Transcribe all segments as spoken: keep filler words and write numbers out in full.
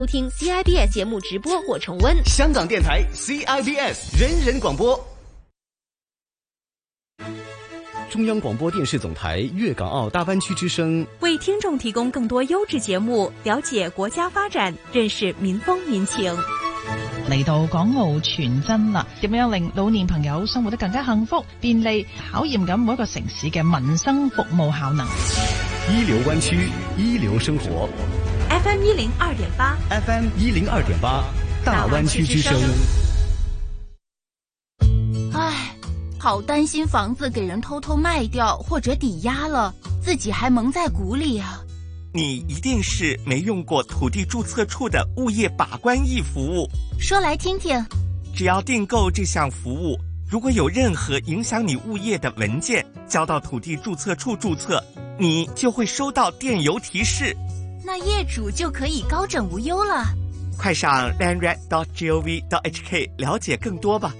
收听 C I B S 节目直播或重温香港电台 C I B S 人人广播。中央广播电视总台粤港澳大湾区之声， 为听众提供更多优质节目，了解国家發展，認識民風民情。 嚟到港澳全真啦，點樣令老年朋友生活得更加幸福便利，考驗緊每一個城市嘅民生服務效能。 一流灣區，一流生活。 F M 一零二點八 ，F M 一零二點八，大灣區之聲。 唉，好擔心房子給人偷偷賣掉或者抵押了，自己還蒙在鼓裏啊。 你一定是沒用過土地註冊處的物業把關易服務。 說來聽聽。 只要訂購這項服務，如果有任何影響你物業的文件交到土地註冊處註冊，你就會收到電郵提示。 那業主就可以高枕無憂了。 快上 landred dot gov dot h k 了解更多吧。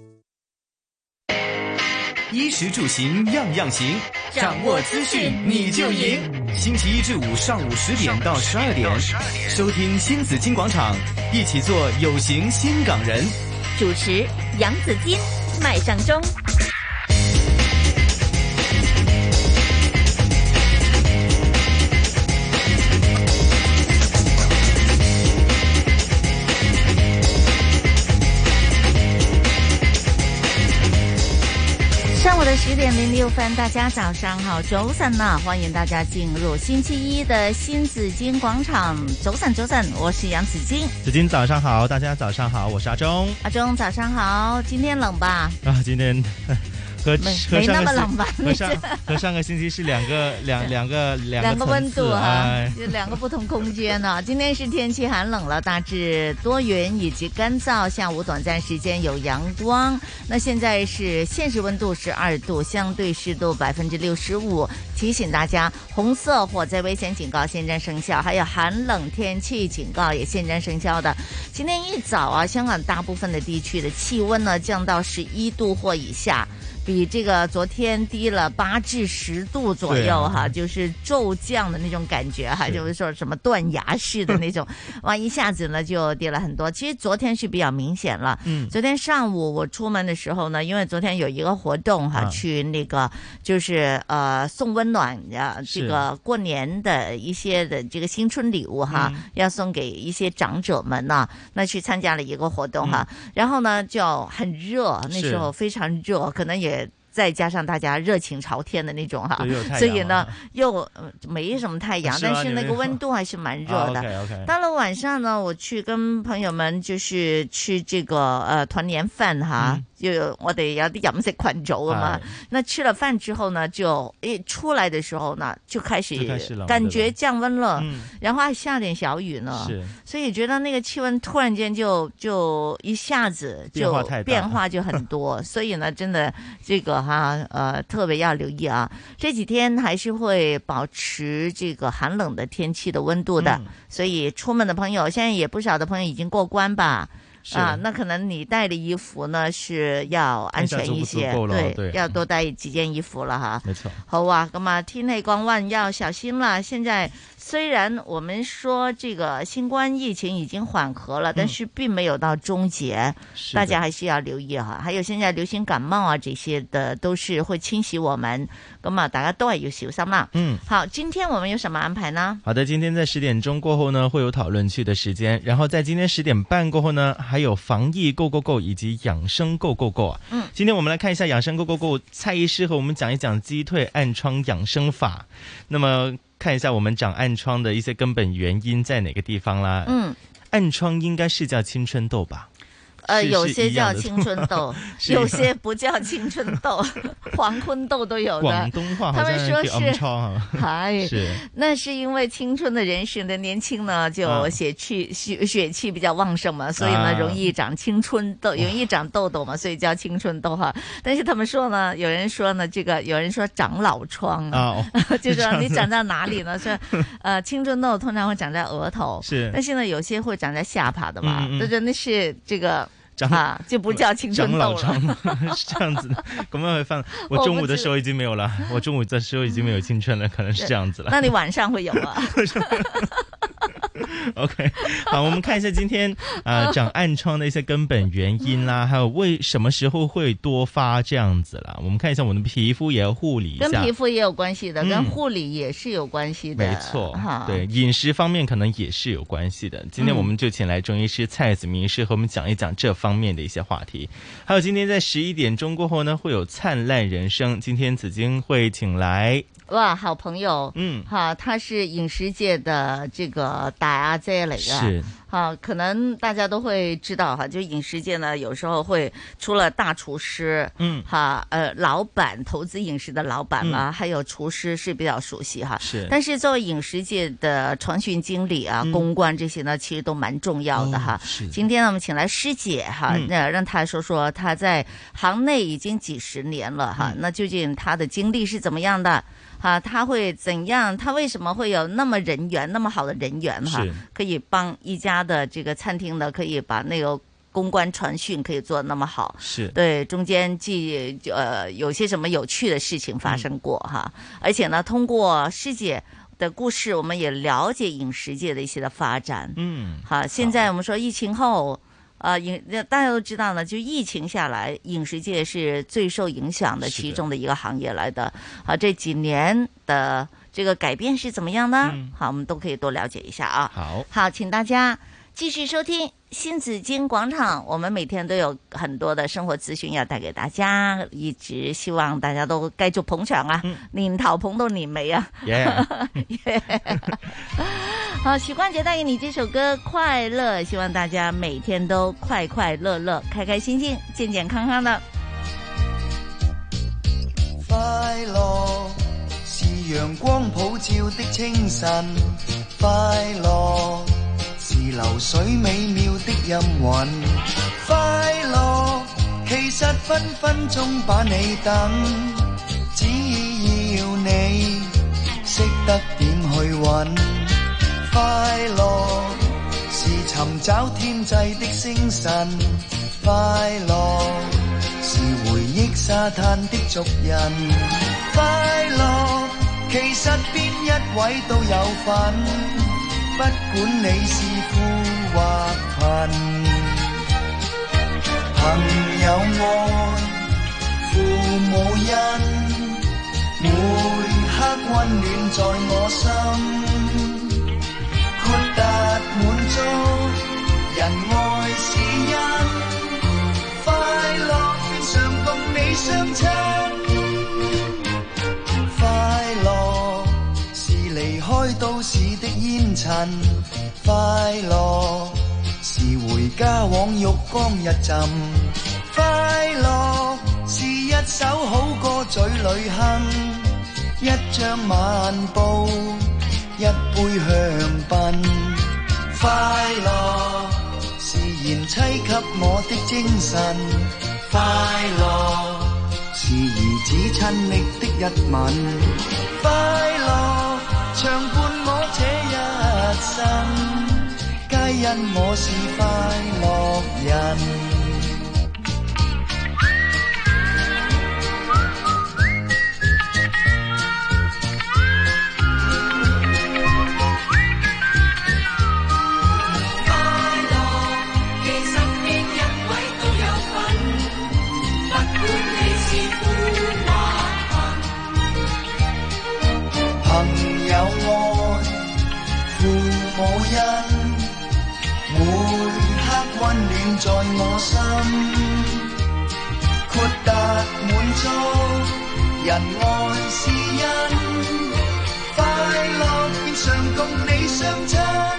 衣食住行樣樣行，掌握資訊你就贏。星期一至五上午十點到十二點，收聽新紫荊廣場，一起做有型新港人。 主持楊紫荊、麥尚中。 上午的十點零六分，大家早上好，早晨啊，歡迎大家進入星期一的新紫荊廣場。早晨，早晨，我是楊紫荊。 紫荊早上好，大家早上好，我是阿忠。 阿忠早上好，今天冷吧？ 啊，今天和沒沒那麼冷吧？ 和上和上個星期是兩個兩兩個兩個兩個溫度啊， 哎、 就兩個不同空間呢、啊。今天是天氣寒冷了，大致多雲以及乾燥，下午短暫時間有陽光。那現在是現實溫度十二度，相對濕度百分之六十五。提醒大家，紅色火災危險警告現在生效，還有寒冷天氣警告也現在生效的。今天一早啊，香港大部分的地區的氣溫呢降到十一度或以下。比這個昨天低了八至十度左右哈、啊，就是驟降的那種感覺哈，就是說什麼斷崖式的那種，哇，一下子呢就跌了很多。其實昨天是比較明顯了。嗯，昨天上午我出門的時候呢，因為昨天有一個活動哈、啊，去那個就是呃送溫暖啊，這個過年的一些的這個新春禮物哈、啊嗯，要送給一些長者們呐、啊，那去參加了一個活動哈、啊嗯，然後呢就很熱，那時候非常熱，可能也。再加上大家熱情朝天的那種哈，所以呢又沒什麼太陽，但是那個溫度還是蠻熱的。啊、okay, okay. 到了晚上呢，我去跟朋友們就是去這個呃團年飯哈。嗯就我哋有啲飲食群組啊嘛，那吃了飯之後呢，就一出來的時候呢，就開始感覺降溫了，嗯、然後還下點小雨呢，所以覺得那個氣溫突然間就就一下子就變化就很多，所以呢，真的這個哈呃特別要留意啊，這幾天還是會保持這個寒冷的天氣的溫度的，嗯、所以出門的朋友，現在也不少的朋友已經過關吧。啊，那可能你帶的衣服呢是要安全一些，對，對，要多帶幾件衣服了哈。沒錯。好啊，咁啊，天氣降溫要小心了。現在雖然我們說這個新冠疫情已經緩和了，嗯、但是並沒有到終結，大家還是要留意哈。還有現在流行感冒啊這些的都是會侵襲我們，咁啊，大家都係要小心啦。嗯，好，今天我們有什麼安排呢？ 好的，今天在十點鐘過後呢會有討論區的時間，然後在今天十點半過後呢。還有防疫 Go Go Go 以及養生 Go Go Go 啊，嗯，今天我們來看一下養生 Go Go Go， 蔡醫師和我們講一講擊退暗瘡養生法。那麼看一下我們長暗瘡的一些根本原因在哪個地方啦？嗯，暗瘡應該是叫青春痘吧？ 呃，有些叫青春痘，有些不叫青春痘，黃坤痘都有的。 廣東話好像叫暗瘡， 係是，那是因為青春的人士的年輕呢，就血氣血血氣比較旺盛嘛，所以呢容易長青春痘，容易長痘痘嘛，所以叫青春痘哈。但是他們說呢，有人說呢，這個有人說長老瘡啊，就說你長在哪裡呢？說呃青春痘通常會長在額頭，是，但是呢有些會長在下巴的嘛，對對，那是這個。啊，就不叫青春痘了， 是這樣子的。咁樣會放，我中午的時候已經沒有了，我中午的時候已經沒有青春了，可能是這樣子了。 那你晚上會有啊？ OK， 好，我们看一下今天呃长暗疮的一些根本原因啦，还有为什么时候会多发这样子啦。我们看一下我们的皮肤也要护理一下， 跟皮肤也有关系的，嗯、跟护理也是有关系的。 没错，对，饮食方面可能也是有关系的。今天我们就请来中医师蔡子明医师和我们讲一讲这方面的一些话题。还有今天在十一点钟过后呢，会有灿烂人生，今天子金会请来。 哇，好朋友， 嗯， 哈，他是饮食界的这个大阿姐嚟嘅， 是， 哈，可能大家都会知道哈，就饮食界呢，有时候会除了大厨师， 嗯， 哈，呃，老板投资饮食的老板啦、 嗯， 还有厨师是比较熟悉哈， 是， 但是作为饮食界的传讯经理啊、嗯、公关这些呢，其实都蛮重要的哈。 哦、是， 今天呢，我们请来师姐哈，那、嗯、让她说说她在行内已经几十年了哈、嗯，那究竟她的经历是怎么样的？啊，他会怎样？他为什么会有那么人缘，那么好的人缘哈？可以帮一家的这个餐厅呢，可以把那个公关传讯可以做得那么好。 是对，中间既呃有些什么有趣的事情发生过、嗯、哈，而且呢，通过师姐的故事，我们也了解饮食界的一些的发展。 嗯， 好，现在我们说疫情后。呃，饮大家都知道呢，就疫情下来，饮食界是最受影响的其中的一个行业来的。好，这几年的这个改变是怎么样呢？嗯、好，我们都可以多了解一下啊。 好， 好，请大家继續收聽新紫荊廣場，我們每天都有很多的生活資訊要帶給大家，一直希望大家都繼續捧場啊，嗯、年頭捧到年尾啊。 Yeah. yeah. 好，許冠傑帶給你這首歌《快樂》，希望大家每天都快快樂樂、開開心心、健健康康的。 快樂是陽光普照的清晨，快樂是流水美妙的音韻，快樂其實分分鐘把你等，只要你識得點去揾。快樂是尋找天際的星辰，快樂是回憶沙灘的足印，快樂其實邊一位都有份，不管你是富或貧，朋友愛，父母恩，每刻溫暖在我心，豁達滿足，人愛是因，快樂變常共你相親，快樂是離開都市的煙塵，快樂是回家往浴缸一浸，快樂是一首好歌嘴裏哼，一張晚報，一杯香檳，快樂是賢妻給我的精神，快樂是兒子親昵的一吻，快樂長伴我這一生，皆因我是快樂人。溫暖在我心，豁達滿足，人愛是因，快樂變常共你相親，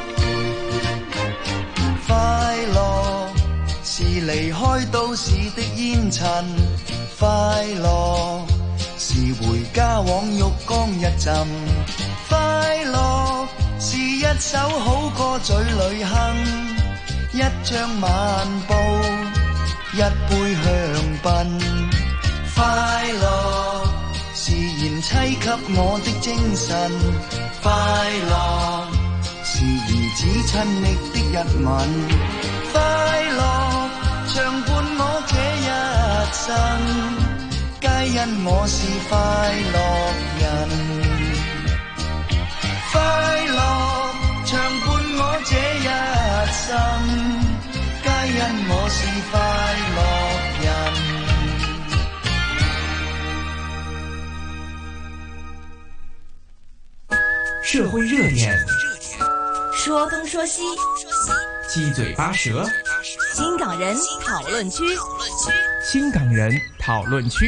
快樂是離開都市的煙塵，快樂是回家往浴缸一浸，快樂是一首好歌嘴裏哼，一張晚報，一杯香檳，快樂是賢妻給我的精神，快樂是兒子親昵的一吻，快樂長伴我這一生，皆因我是快樂人，快樂長伴我這一生，皆因我是快樂人。 社會熱點， 說東說西， 七嘴八舌， 新港人討論區， 新港人討論區。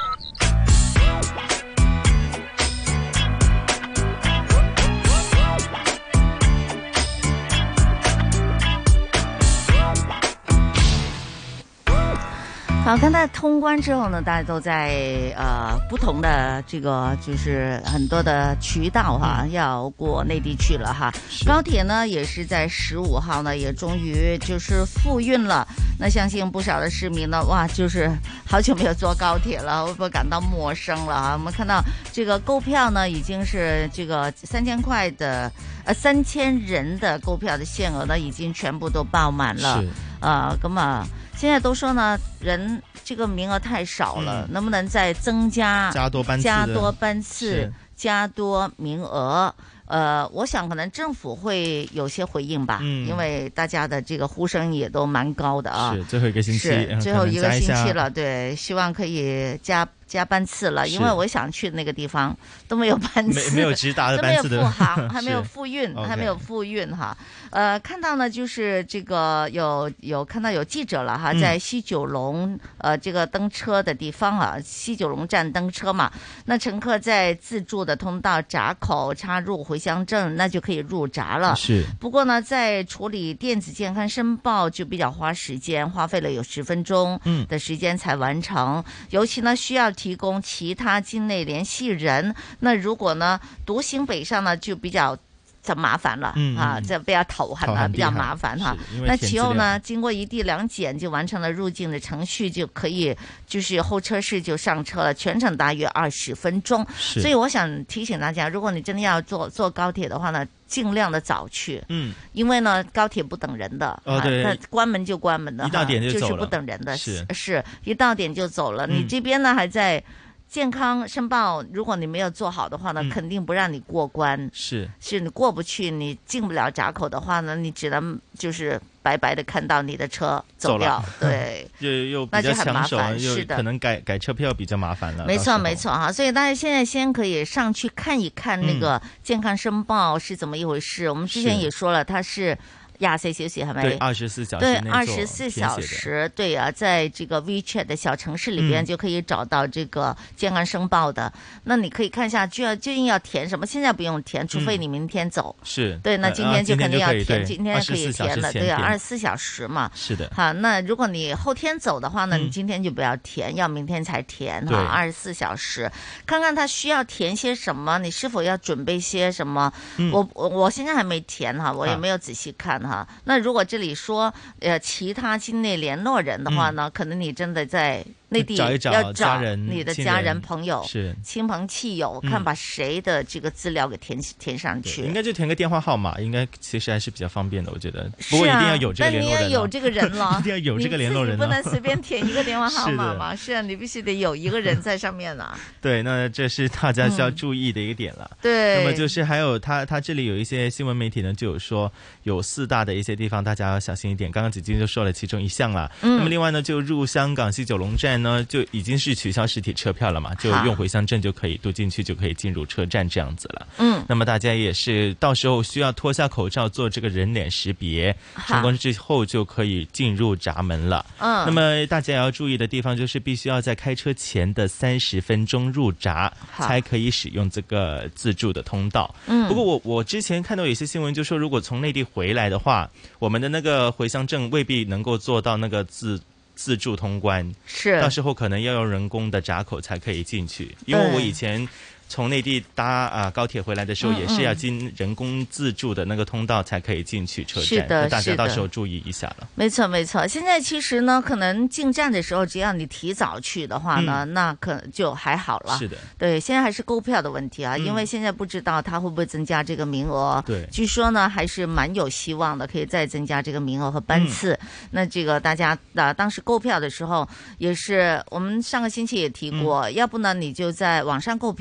好，刚才通關之後呢，大家都在呃不同的這個就是很多的渠道哈，要過內地去了哈。高鐵呢也是在十五號呢，也終於就是復運了。那相信不少的市民呢，哇，就是好久沒有坐高鐵了，會不會感到陌生了啊？我們看到這個購票呢，已經是這個三千塊的呃三千人的購票的限額呢，已經全部都爆滿了。啊，咁啊。現在都說呢，人這個名額太少了，嗯、能不能再增加加多班次加多班次加多名額？呃，我想可能政府會有些回應吧，嗯、因為大家的這個呼聲也都蠻高的啊。 是最後一個星期， 是最後一個星期了，對，希望可以加加班次了，因為我想去那個地方都沒有班次， 沒沒有直達的班次的， 都沒有復航，還沒有復運，還沒有復運哈。呃，看到呢，就是這個有有看到有記者了哈，在西九龍、嗯、呃這個登車的地方啊，西九龍站登車嘛，那乘客在自助的通道閘口插入回鄉證，那就可以入閘了。 是。 不過呢，在處理電子健康申報就比較花時間，花費了有十分鐘的時間才完成，嗯、尤其呢需要提供其他境內聯繫人，那如果呢獨行北上呢就比較就麻煩了、嗯、啊，這比較頭痕了，比較麻煩哈。那其後呢，經過一地兩檢就完成了入境的程序，就可以就是候車室就上車了，全程大約二十分鐘。所以我想提醒大家，如果你真的要坐坐高鐵的話呢，盡量的早去，嗯，因為呢高鐵不等人的，哦對，它關門就關門的， 一到點就走了， 就是不等人的， 是是一到點就走了。嗯、你這邊呢還在。健康申報，如果你沒有做好的話呢，嗯、肯定不讓你過關。 是， 是你過不去，你進不了閘口的話呢，你只能就是白白的看到你的車走掉。走了對， 又又比較搶手，那就很麻煩，是的，可能改改車票比較麻煩了。 沒錯，沒錯哈，所以大家現在先可以上去看一看那個健康申報是怎麼一回事。嗯、我們之前也說了，它是。廿四小時係咪？ 對，二十四小時。 對，二十四小時，對啊，在這個 WeChat 的小城市裏邊就可以找到這個健康申報的。嗯、那你可以看一下，就要究竟要填什麼？現在不用填，除非你明天走。 嗯、是。 對，那今天就肯定要填， 啊、 今天可以填了，對啊，二十四小時嘛。 是的。 好，那如果你後天走的話呢，你今天就不要填，嗯、要明天才填哈。二十四小時，看看他需要填些什麼，你是否要準備些什麼？嗯、我我我現在還沒填哈，我也沒有仔細看哈。啊、那如果這裡說，呃，其他境內聯絡人的話呢，嗯、可能你真的在內地找一找要找人你的家人、朋友、 是親朋戚友，嗯、看把誰的這個資料給填填上去。 應該就填個電話號碼，應該其實還是比較方便的，我覺得。不過一定要有這個聯絡人， 但你要有這個人了， 一定要有這個聯絡人， 你不能隨便填一個電話號碼嘛？是啊，你必須得有一個人在上面啊。 對，那這是大家需要注意的一個點了。 對、嗯， 那麼就是還有他他這裡有一些新聞媒體呢，就有說有四大的一些地方，大家要小心一點。剛剛子矜就說了其中一項了。嗯。那麼另外呢，就入香港西九龍站呢，就已經是取消實體車票了嘛，就用回鄉證就可以讀進去，就可以進入車站這樣子了。嗯。那麼大家也是到時候需要脫下口罩做這個人臉識別，成功之後就可以進入閘門了。嗯。那麼大家也要注意的地方就是必須要在開車前的三十分鐘入閘，才可以使用這個自助的通道。嗯。不過我我之前看到有些新聞就說，如果從內地回來的話，我們的那個回鄉證未必能夠做到那個自自助通關，是到時候可能要用人工的閘口才可以進去。因為我以前從內地搭啊高鐵回來的時候，也是要經人工自助的那個通道才可以進去車站。是的，大家到時候注意一下了。沒錯，沒錯。現在其實呢，可能進站的時候，只要你提早去的話呢，嗯、那可能就還好了。是的，對，現在還是購票的問題啊，嗯、因為現在不知道它會不會增加這個名額。對，據說呢，還是蠻有希望的，可以再增加這個名額和班次。嗯、那這個大家啊，當時購票的時候，也是我們上個星期也提過，嗯、要不呢，你就在網上購票。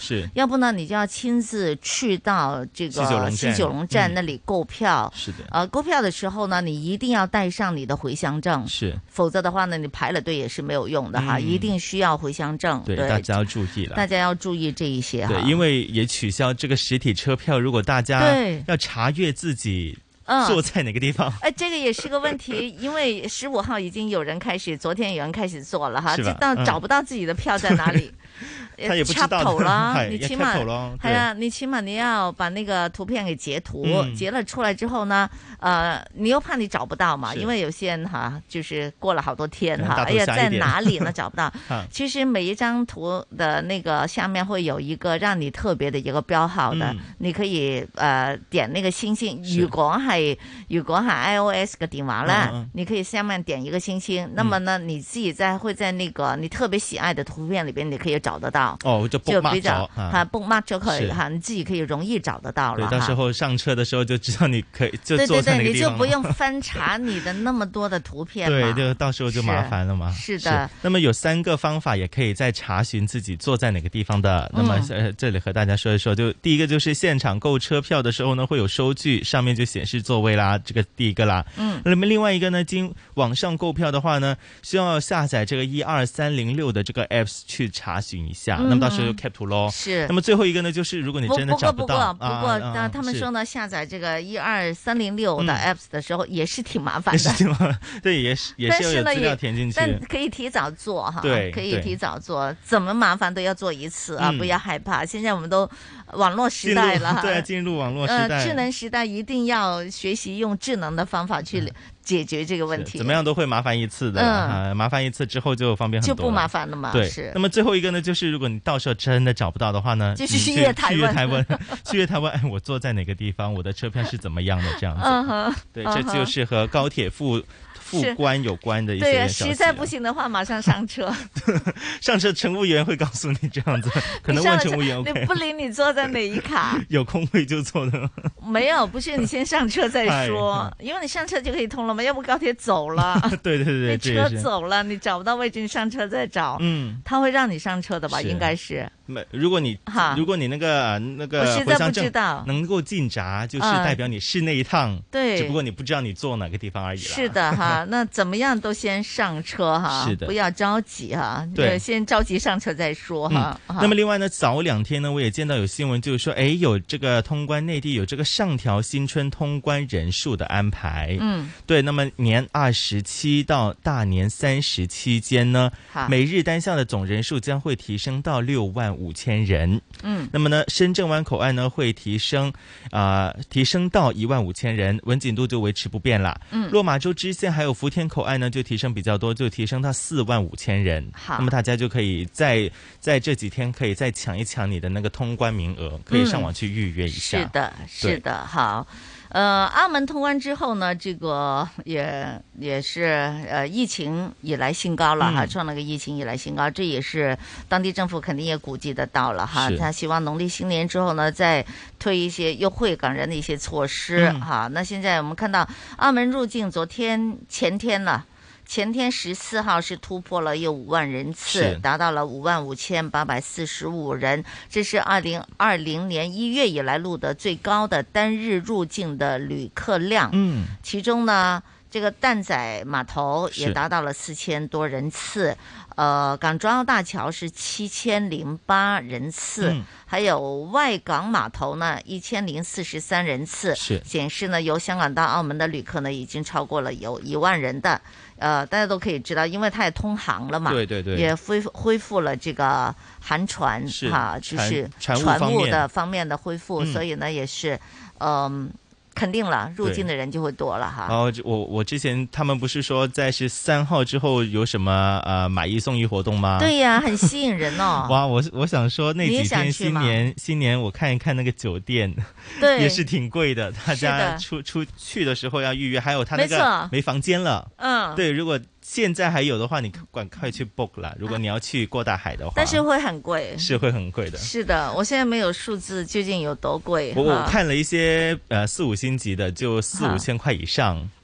是， 要不呢你就要亲自去到这个西九龍站那里购票。 是的， 呃，购票的时候呢，你一定要帶上你的回鄉證， 是， 否則的話呢，你排了隊也是沒有用的哈，一定需要回鄉證。 對，大家要注意了， 大家要注意這一些哈。 對，因為也取消這個實體車票，如果大家要查閱自己坐在哪個地方， 哎，這個也是個問題，因為十五號已經有人開始，昨天有人開始做了哈，就到找不到自己的票在哪裡。 他也不知道頭啦， 你起碼係啊，你起碼你要把那個圖片給截圖，嗯、截了出來之後呢，呃，你又怕你找不到嘛，因為有些人哈，就是過了好多天哈，哎呀，在哪裡呢找不到？其實每一張圖的那個下面會有一個讓你特別的一個標號的，嗯、你可以呃點那個星星。如果係如果係 iOS 嘅電話咧，嗯嗯你可以下面點一個星星，那麼呢，你自己在會在那個你特別喜愛的圖片裡邊，你可以找得到。 哦，就 book mark 咗， 哈 book mark 就可以哈，你自己可以容易找得到了。 對，到時候上車的時候就知道你可以就坐在那個地方。對對對，你就不用翻查你的那麼多的圖片。 對，就到時候就麻煩了嘛。 是的。 那麼有三個方法也可以再查詢自己坐在哪個地方的。那麼呃，這裡和大家說一說，就第一個就是現場購車票的時候呢，會有收據，上面就顯示座位啦，這個第一個啦。嗯。那麼另外一個呢，經網上購票的話呢，需要下載這個一二三零六的這個 apps 去查詢一下。那麼到時候就 cap 圖咯。 是。 那麼最後一個呢，就是如果你真的找不到， 不過不過不過，那他們說呢，下載這個一二三零六的 apps 的時候也是挺麻煩的。也是挺麻煩，對，也是也是要有資料填進去。但可以提早做哈， 對， 可以提早做，怎麼麻煩都要做一次啊，不要害怕。現在我們都網絡時代了， 對，進入網絡時代， 智能時代一定要學習用智能的方法去解決這個問題。 怎麼樣都會麻煩一次的，啊，麻煩一次之後就方便很多， 就不麻煩了嘛。 對， 是。 那麼最後一個呢，就是如果你到時候真的找不到的話呢， 就是去月台問， 去月台問，去月台問，哎，我坐在哪個地方？我的車票是怎麼樣的？這樣子。嗯哼。對，這就是和高鐵復復關有關的一些消息。對啊， 實在不行的話，馬上上車。 上車，乘務員會告訴你這樣子，可能問乘務員 OK。 你不理你坐在哪一卡？ 有空位就坐的。 沒有，不是你先上車再說，因為你上車就可以通了嘛。要不高鐵走了， 對對對， 那車走了，你找不到位置，你上車再找。嗯，他會讓你上車的吧？應該是。 沒，如果你如果你那個那個回鄉證能夠進閘，就是代表你是那一趟。對，只不過你不知道你坐哪個地方而已啦。 是的哈，那怎麼樣都先上車哈，是的，不要着急哈。對，先着急上車再說哈。 那麼另外呢，早兩天呢，我也見到有新聞，就是說，哎，有這個通關內地有這個上調新春通關人數的安排。嗯，對，那麼年二十七到大年三十期間呢，每日單向的總人數將會提升到六萬五千人。嗯，那麼呢，深圳灣口岸呢會提升啊、呃，提升到一萬五千人，文錦渡就維持不變了。嗯，落馬洲支線還有福田口岸呢就提升比較多，就提升到四萬五千人。好，那麼大家就可以在在這幾天可以再搶一搶你的那個通關名額，可以上網去預約一下。 嗯、是的，是的，好。呃，澳門通關之後呢，這個也也是呃疫情以來新高了哈，創了個疫情以來新高，這也是當地政府肯定也估計得到了哈。他希望農曆新年之後呢，再推一些優惠港人的一些措施哈。那現在我們看到澳門入境昨天前天呢。前天十四號是突破了有五萬人次，達到了五萬五千八百四十五人，這是二零二零年一月以來錄得最高的單日入境的旅客量。嗯，其中呢，這個淡仔碼頭也達到了四千多人次，呃，港珠澳大橋是七千零八人次，嗯、還有外港碼頭呢一千零四十三人次，是顯示呢由香港到澳門的旅客呢已經超過了有一萬人的。呃，大家都可以知道，因為它也通航了嘛，對對對，也恢恢復了這個航船，哈，就是船務的方面的恢復，嗯、所以呢，也是，嗯、呃。肯定了，入境的人就會多了哈。 然後我我之前他們不是說在十三號之後有什麼呃買一送一活動嗎？ 對呀、啊，很吸引人哦。 哇，我我想說那幾天新年新年我看一看那個酒店， 對， 也是挺貴的。大家出出去的時候要預約，還有他那個沒房間了。嗯，對，如果現在還有的話，你趕快去 book 了。如果你要去過大海的話， 但是會很貴， 是會很貴的。 是的，我現在沒有數字，究竟有多貴？ 我我看了一些呃四五星級的，就四五千塊以上。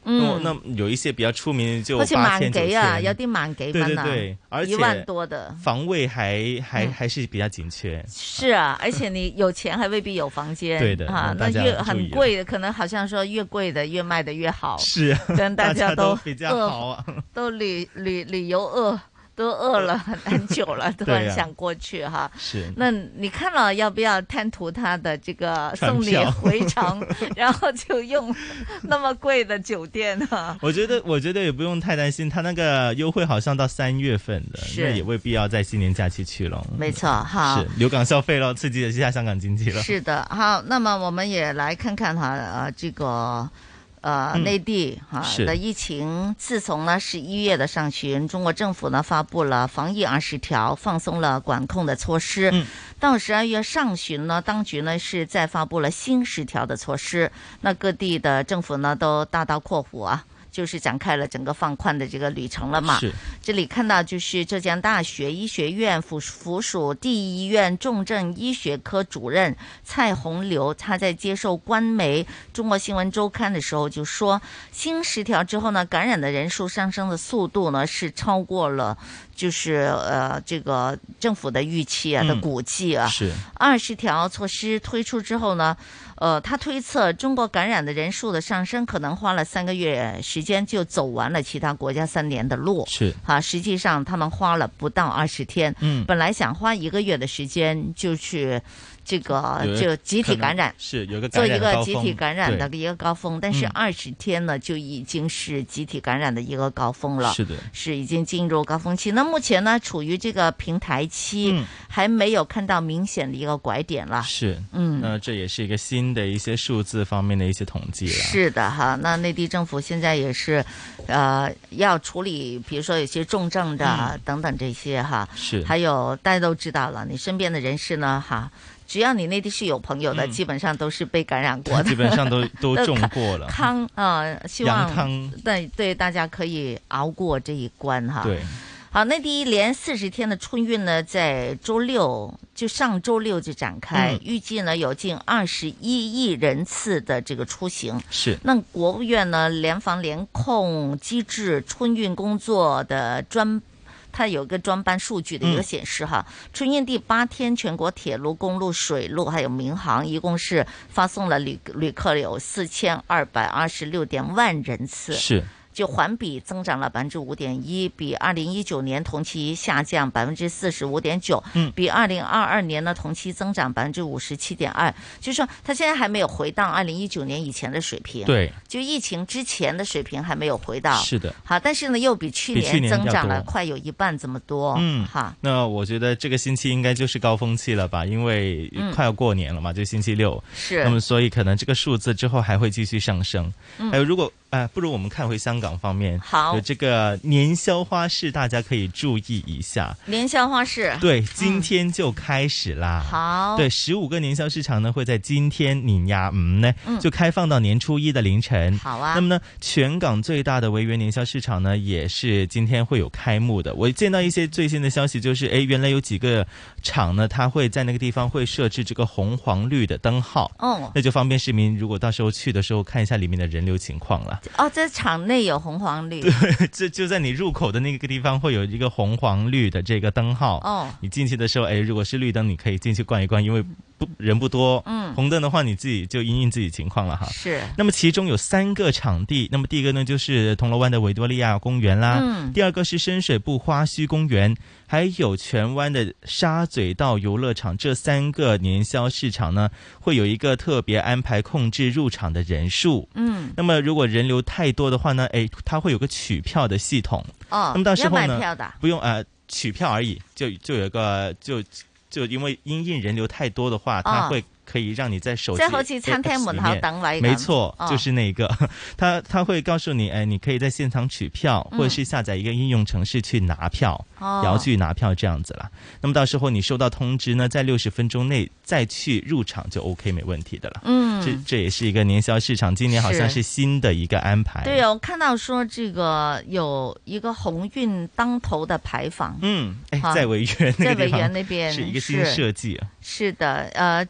嗯，那有一些比較出名就好似萬幾啊，有啲萬幾蚊啊， 對對對，而且一萬多的房位還還、嗯、還是比較緊缺。 是啊，而且你有錢還未必有房間。 對的啊，那越很貴的，可能好像說越貴的越賣得越好。 是啊， 跟大家都大家都比較好啊， 都旅旅旅遊餓。都餓了很很久了，都很想過去哈。 是， 那你看了要不要貪圖他的這個送你回程，然後就用那麼貴的酒店呢？ 我覺得，我覺得也不用太擔心，他那個優惠好像到三月份的，那也未必要在新年假期去了。 沒錯，好， 是留港消費咯，刺激了一下香港經濟了。 是的，好，那麼我們也來看看哈，呃，這個。呃，內地哈的疫情，自從呢十一月的上旬，中國政府呢發布了防疫二十條，放鬆了管控的措施。嗯，到十二月上旬呢，當局呢是再發布了新十條的措施，那各地的政府呢都大刀闊斧啊。就是展開了整個放寬的這個旅程了嘛。是，這裡看到就是浙江大學醫學院附附屬第一醫院重症醫學科主任蔡洪流，他在接受官媒中國新聞週刊的時候就說，新十條之後呢，感染的人數上升的速度呢是超過了，就是呃這個政府的預期啊的估計啊。是二十條措施推出之後呢，呃，他推測中國感染的人數的上升可能花了三個月時間就走完了其他國家三年的路。是啊，實際上他們花了不到二十天。嗯，本來想花一個月的時間就去這個就集體感染， 是有個做一個集體感染的一個高峰，但是二十天呢就已經是集體感染的一個高峰了。是的，是已經進入高峰期。那目前呢處於這個平台期，嗯，還沒有看到明顯的一個拐點了。是，嗯， 那這也是一個新的一些數字方面的一些統計了。 是的哈，那內地政府現在也是，呃，要處理，比如說有些重症的，嗯，等等這些哈。是，還有大家都知道了，你身邊的人士呢，哈。只要你內地是有朋友的，嗯，基本上都是被感染過的， 基本上都都中過了。 康啊，呃，希望對對大家可以熬過這一關哈。對，好，內地一連四十天的春運呢，在周六就上周六就展開，嗯，預計呢有近二十一億人次的這個出行。是，那國務院呢聯防聯控機制春運工作的專。它有個專班數據的一個顯示哈，嗯，春運第八天，全國鐵路、公路、水路還有民航，一共是發送了旅旅客有四千二百二十六點萬人次。是。就環比增長了百分之五點一，比二零一九年同期下降百分之四十五點九，嗯，比二零二二年呢同期增長百分之五十七點二，就是說它現在還沒有回到二零一九年以前的水平，對，就疫情之前的水平還沒有回到，是的，好，但是呢又比去年增長了快有一半這麼多，嗯，好， 那我覺得這個星期應該就是高峰期了吧，因為快要過年了嘛，嗯，就星期六，是，那麼所以可能這個數字之後還會繼續上升，嗯，還有如果。哎，不如我們看回香港方面，好，有這個年宵花市，大家可以注意一下。 年宵花市， 對，今天就開始啦。好、嗯，對，十五個年宵市場呢，會在今天年廿五呢，就開放到年初一的凌晨。好啊。那麼呢，全港最大的維園年宵市場呢，也是今天會有開幕的。我見到一些最新的消息，就是，哎，原來有幾個場呢，它會在那個地方會設置這個紅黃綠的燈號。哦，那就方便市民如果到時候去的時候看一下裡面的人流情況了。 哦，在場內有紅黃綠， 對，就就在你入口的那個地方會有一個紅黃綠的這個燈號。哦，你進去的時候，哎，如果是綠燈，你可以進去逛一逛，因為不人不多。嗯，紅燈的話，你自己就因應自己情況了哈。是。那麼其中有三個場地，那麼第一個呢就是銅鑼灣的維多利亞公園啦，嗯，第二個是深水埗花墟公園，還有荃灣的沙咀道遊樂場。這三個年宵市場呢，會有一個特別安排控制入場的人數。嗯，那麼如果人流太多的話呢，誒，它會有個取票的系統。哦，那麼到時候呢， 要買票的？ 不用，呃，取票而已，就就有一個就就因為因應人流太多的話，它會。可以讓你在手機， 即係好似餐廳門口等位咁， 沒錯，哦，就是那個，他他會告訴你，哎，你可以在現場取票，嗯，或者是下載一個應用程式去拿票，哦，然後去拿票這樣子啦。那麼到時候你收到通知呢，在六十分鐘內再去入場就 OK，沒問題的了。嗯，這這也是一個年宵市場，今年好像是新的一個安排。 對，我看到說這個有一個鴻運當頭的牌坊， 嗯，哎，在維園那個地方， 在維園那邊是一個新設計啊。 是，是的，呃，這個。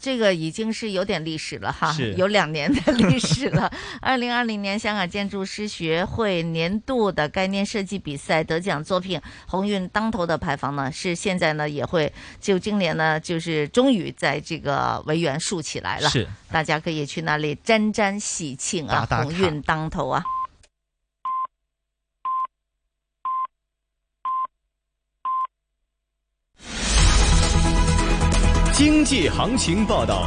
已经是有點歷史了哈， 是有兩年的歷史了。二零二零年香港建築師學會年度的概念設計比賽得獎作品《鴻運當頭》的牌坊呢，是現在呢也會就今年呢就是終於在這個維園豎起來了， 是大家可以去那裡沾沾喜慶啊， 打打鴻運當頭啊。 經濟行情報道。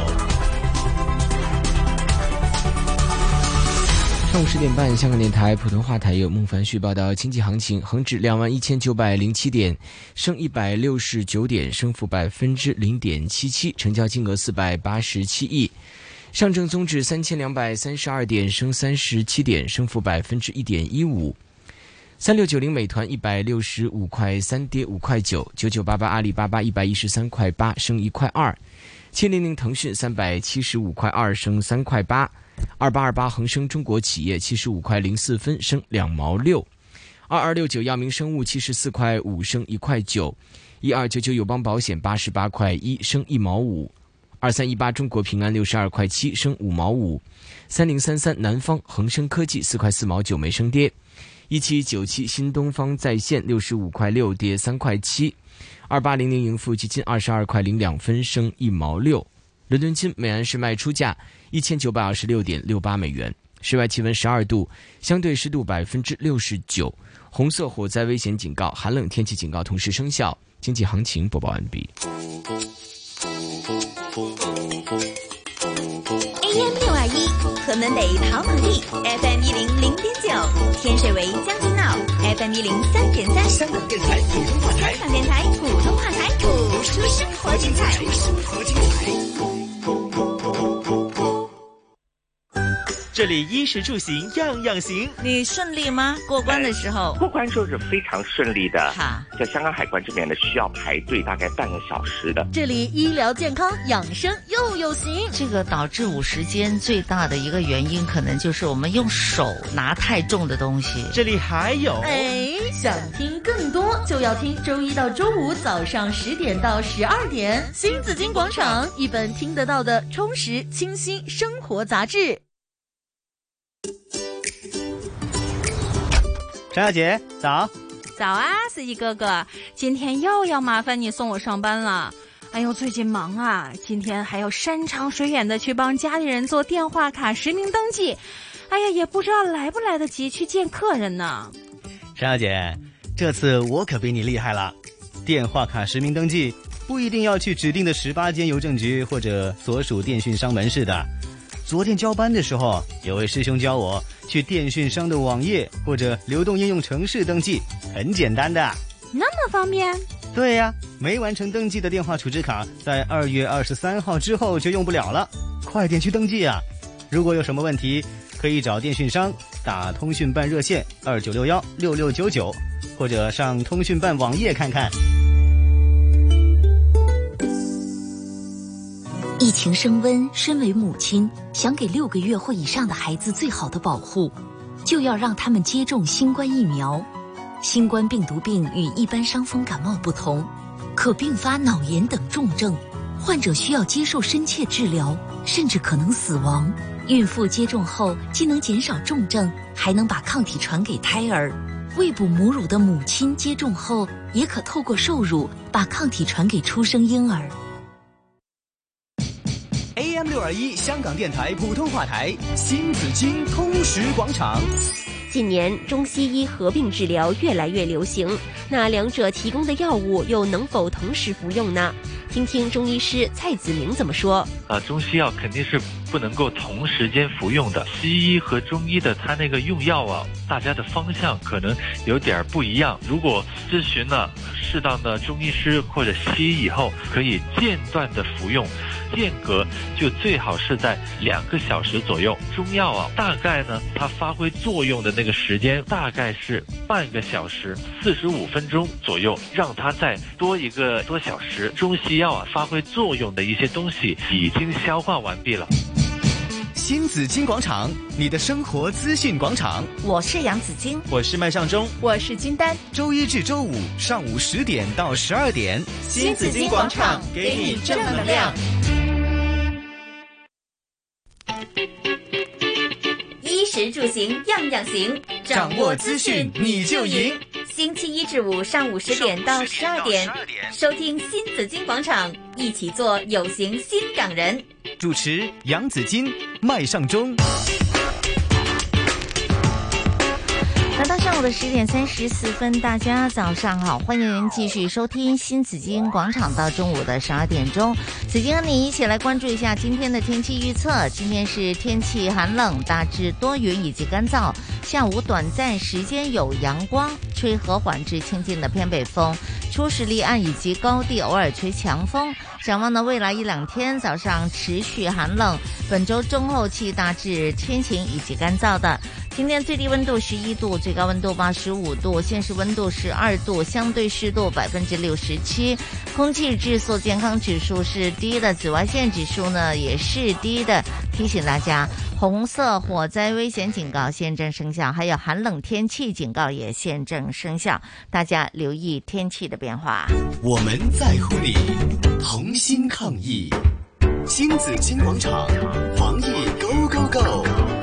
上午十點半，香港電台普通話台有孟凡旭報道經濟行情，恒指兩萬一千九百零七點，升一百六十九點，升幅百分之零點七七，成交金額四百八十七億。上證綜指三千兩百三十二點，升三十七點，升幅百分之一點一五。三六九零美團一百六十五塊三，跌五塊九。九九八八阿里巴巴一百一十三塊八，升一塊二。七零零騰訊三百七十五塊二，升三塊八。二八二八恒生中國企業七十五塊零四分，升兩毛六。二二六九藥明生物七十四塊五，升一塊九。一二九九友邦保險八十八塊一，升一毛五。二三一八中國平安六十二塊七，升五毛五。三零三三南方恒生科技四塊四毛九，沒升跌。一七九七新東方在線六十五塊六，跌三塊七。二八零零盈富基金二十二塊零兩分，升一毛六。倫敦金每安士賣出價一千九百二十六點六八美元。室外氣溫十二度，相對濕度百分之六十九。紅色火災危險警告、寒冷天氣警告同時生效。經濟行情播報完畢。 A M 六二一，河門北跑馬地 F M 一零零點九，天水圍將軍澳 F M 一零三點三。香港電台普通話台，香港電台普通話台，播出生活精彩，生活精彩。 這裡衣食住行樣樣行， 你順利嗎？過關的時候， 過關時候是非常順利的。 哈， 在香港海關這邊呢，需要排隊大概半個小時的。 這裡醫療健康養生又有型。 這個導致五十肩最大的一個原因，可能就是我們用手拿太重的東西。 這裡還有， 哎，想聽更多就要聽周一到周五早上十點到十二點，新紫荊廣場一本聽得到的充實清新生活雜誌。 張小姐早。 早啊，司機哥哥，今天又要麻煩你送我上班了。哎呦，最近忙啊，今天還要山長水遠的去幫家裡人做電話卡實名登記。哎呀，也不知道來不來得及去見客人呢。 張小姐，這次我可比你厲害了。電話卡實名登記不一定要去指定的十八間郵政局或者所屬電訊商門市的。昨天交班的時候，有位師兄教我去電訊商的網頁或者流動應用程式登記，很簡單的。 那麼方便？ 對呀，沒完成登記的電話儲值卡，在二月二十三號之後就用不了了。快點去登記啊！如果有什麼問題，可以找電訊商打通訊辦熱線二九六幺六六九九，或者上通訊辦網頁看看。 疫情升溫，身為母親，想給六個月或以上的孩子最好的保護，就要讓他們接種新冠疫苗。新冠病毒病與一般傷風感冒不同，可併發腦炎等重症，患者需要接受深切治療，甚至可能死亡。孕婦接種後既能減少重症，還能把抗體傳給胎兒。餵哺母乳的母親接種後，也可透過受乳把抗體傳給出生嬰兒。 A M 六二一香港電台普通話台，新紫荊通識廣場。 近年中西醫合併治療越來越流行，那兩者提供的藥物又能否同時服用呢？聽聽中醫師蔡子明怎麼說。 啊，中西藥肯定是不能夠同時間服用的。西醫和中醫的它那個用藥啊，大家的方向可能有點不一樣。如果諮詢了適當的中醫師或者西醫以後，可以間斷的服用，間隔就最好是在兩個小時左右。中藥啊，大概呢它發揮作用的那個時間大概是半個小時四十五分鐘左右，讓它再多一個多小時。中西藥啊發揮作用的一些東西已經消化完畢了。 新紫荊廣場，你的生活資訊廣場。 我是楊子矜， 我是麥尚中， 我是金丹。 周一至周五上午十點到十二點， 新紫荊廣場給你正能量。 食住行樣樣行， 掌握資訊你就贏。 星期一至五上午十點到十二點，收聽新紫荊廣場，一起做有型新港人。 主持楊紫荊、麥尚中。 来到上午的十點三十四分，大家早上好，歡迎繼續收聽新紫荊廣場到中午的十二點鐘。紫荊和你一起來關注一下今天的天氣預測。今天是天氣寒冷，大致多雲以及乾燥，下午短暫時間有陽光，吹和緩至清勁的偏北風，初時離岸以及高地偶爾吹強風。展望呢，未來一兩天早上持續寒冷，本周中後期大致天晴以及乾燥的。今天最低溫度十一度，最高溫度八十五度，現時溫度十二度，相對濕度百分之六十七，空氣質素健康指數是低的，紫外線指數呢也是低的。提醒大家，紅色火災危險警告現正生效，還有寒冷天氣警告也現正生效，大家留意天氣的變化。 我們在乎你，同心抗疫，新紫荊廣場防疫 Go Go Go。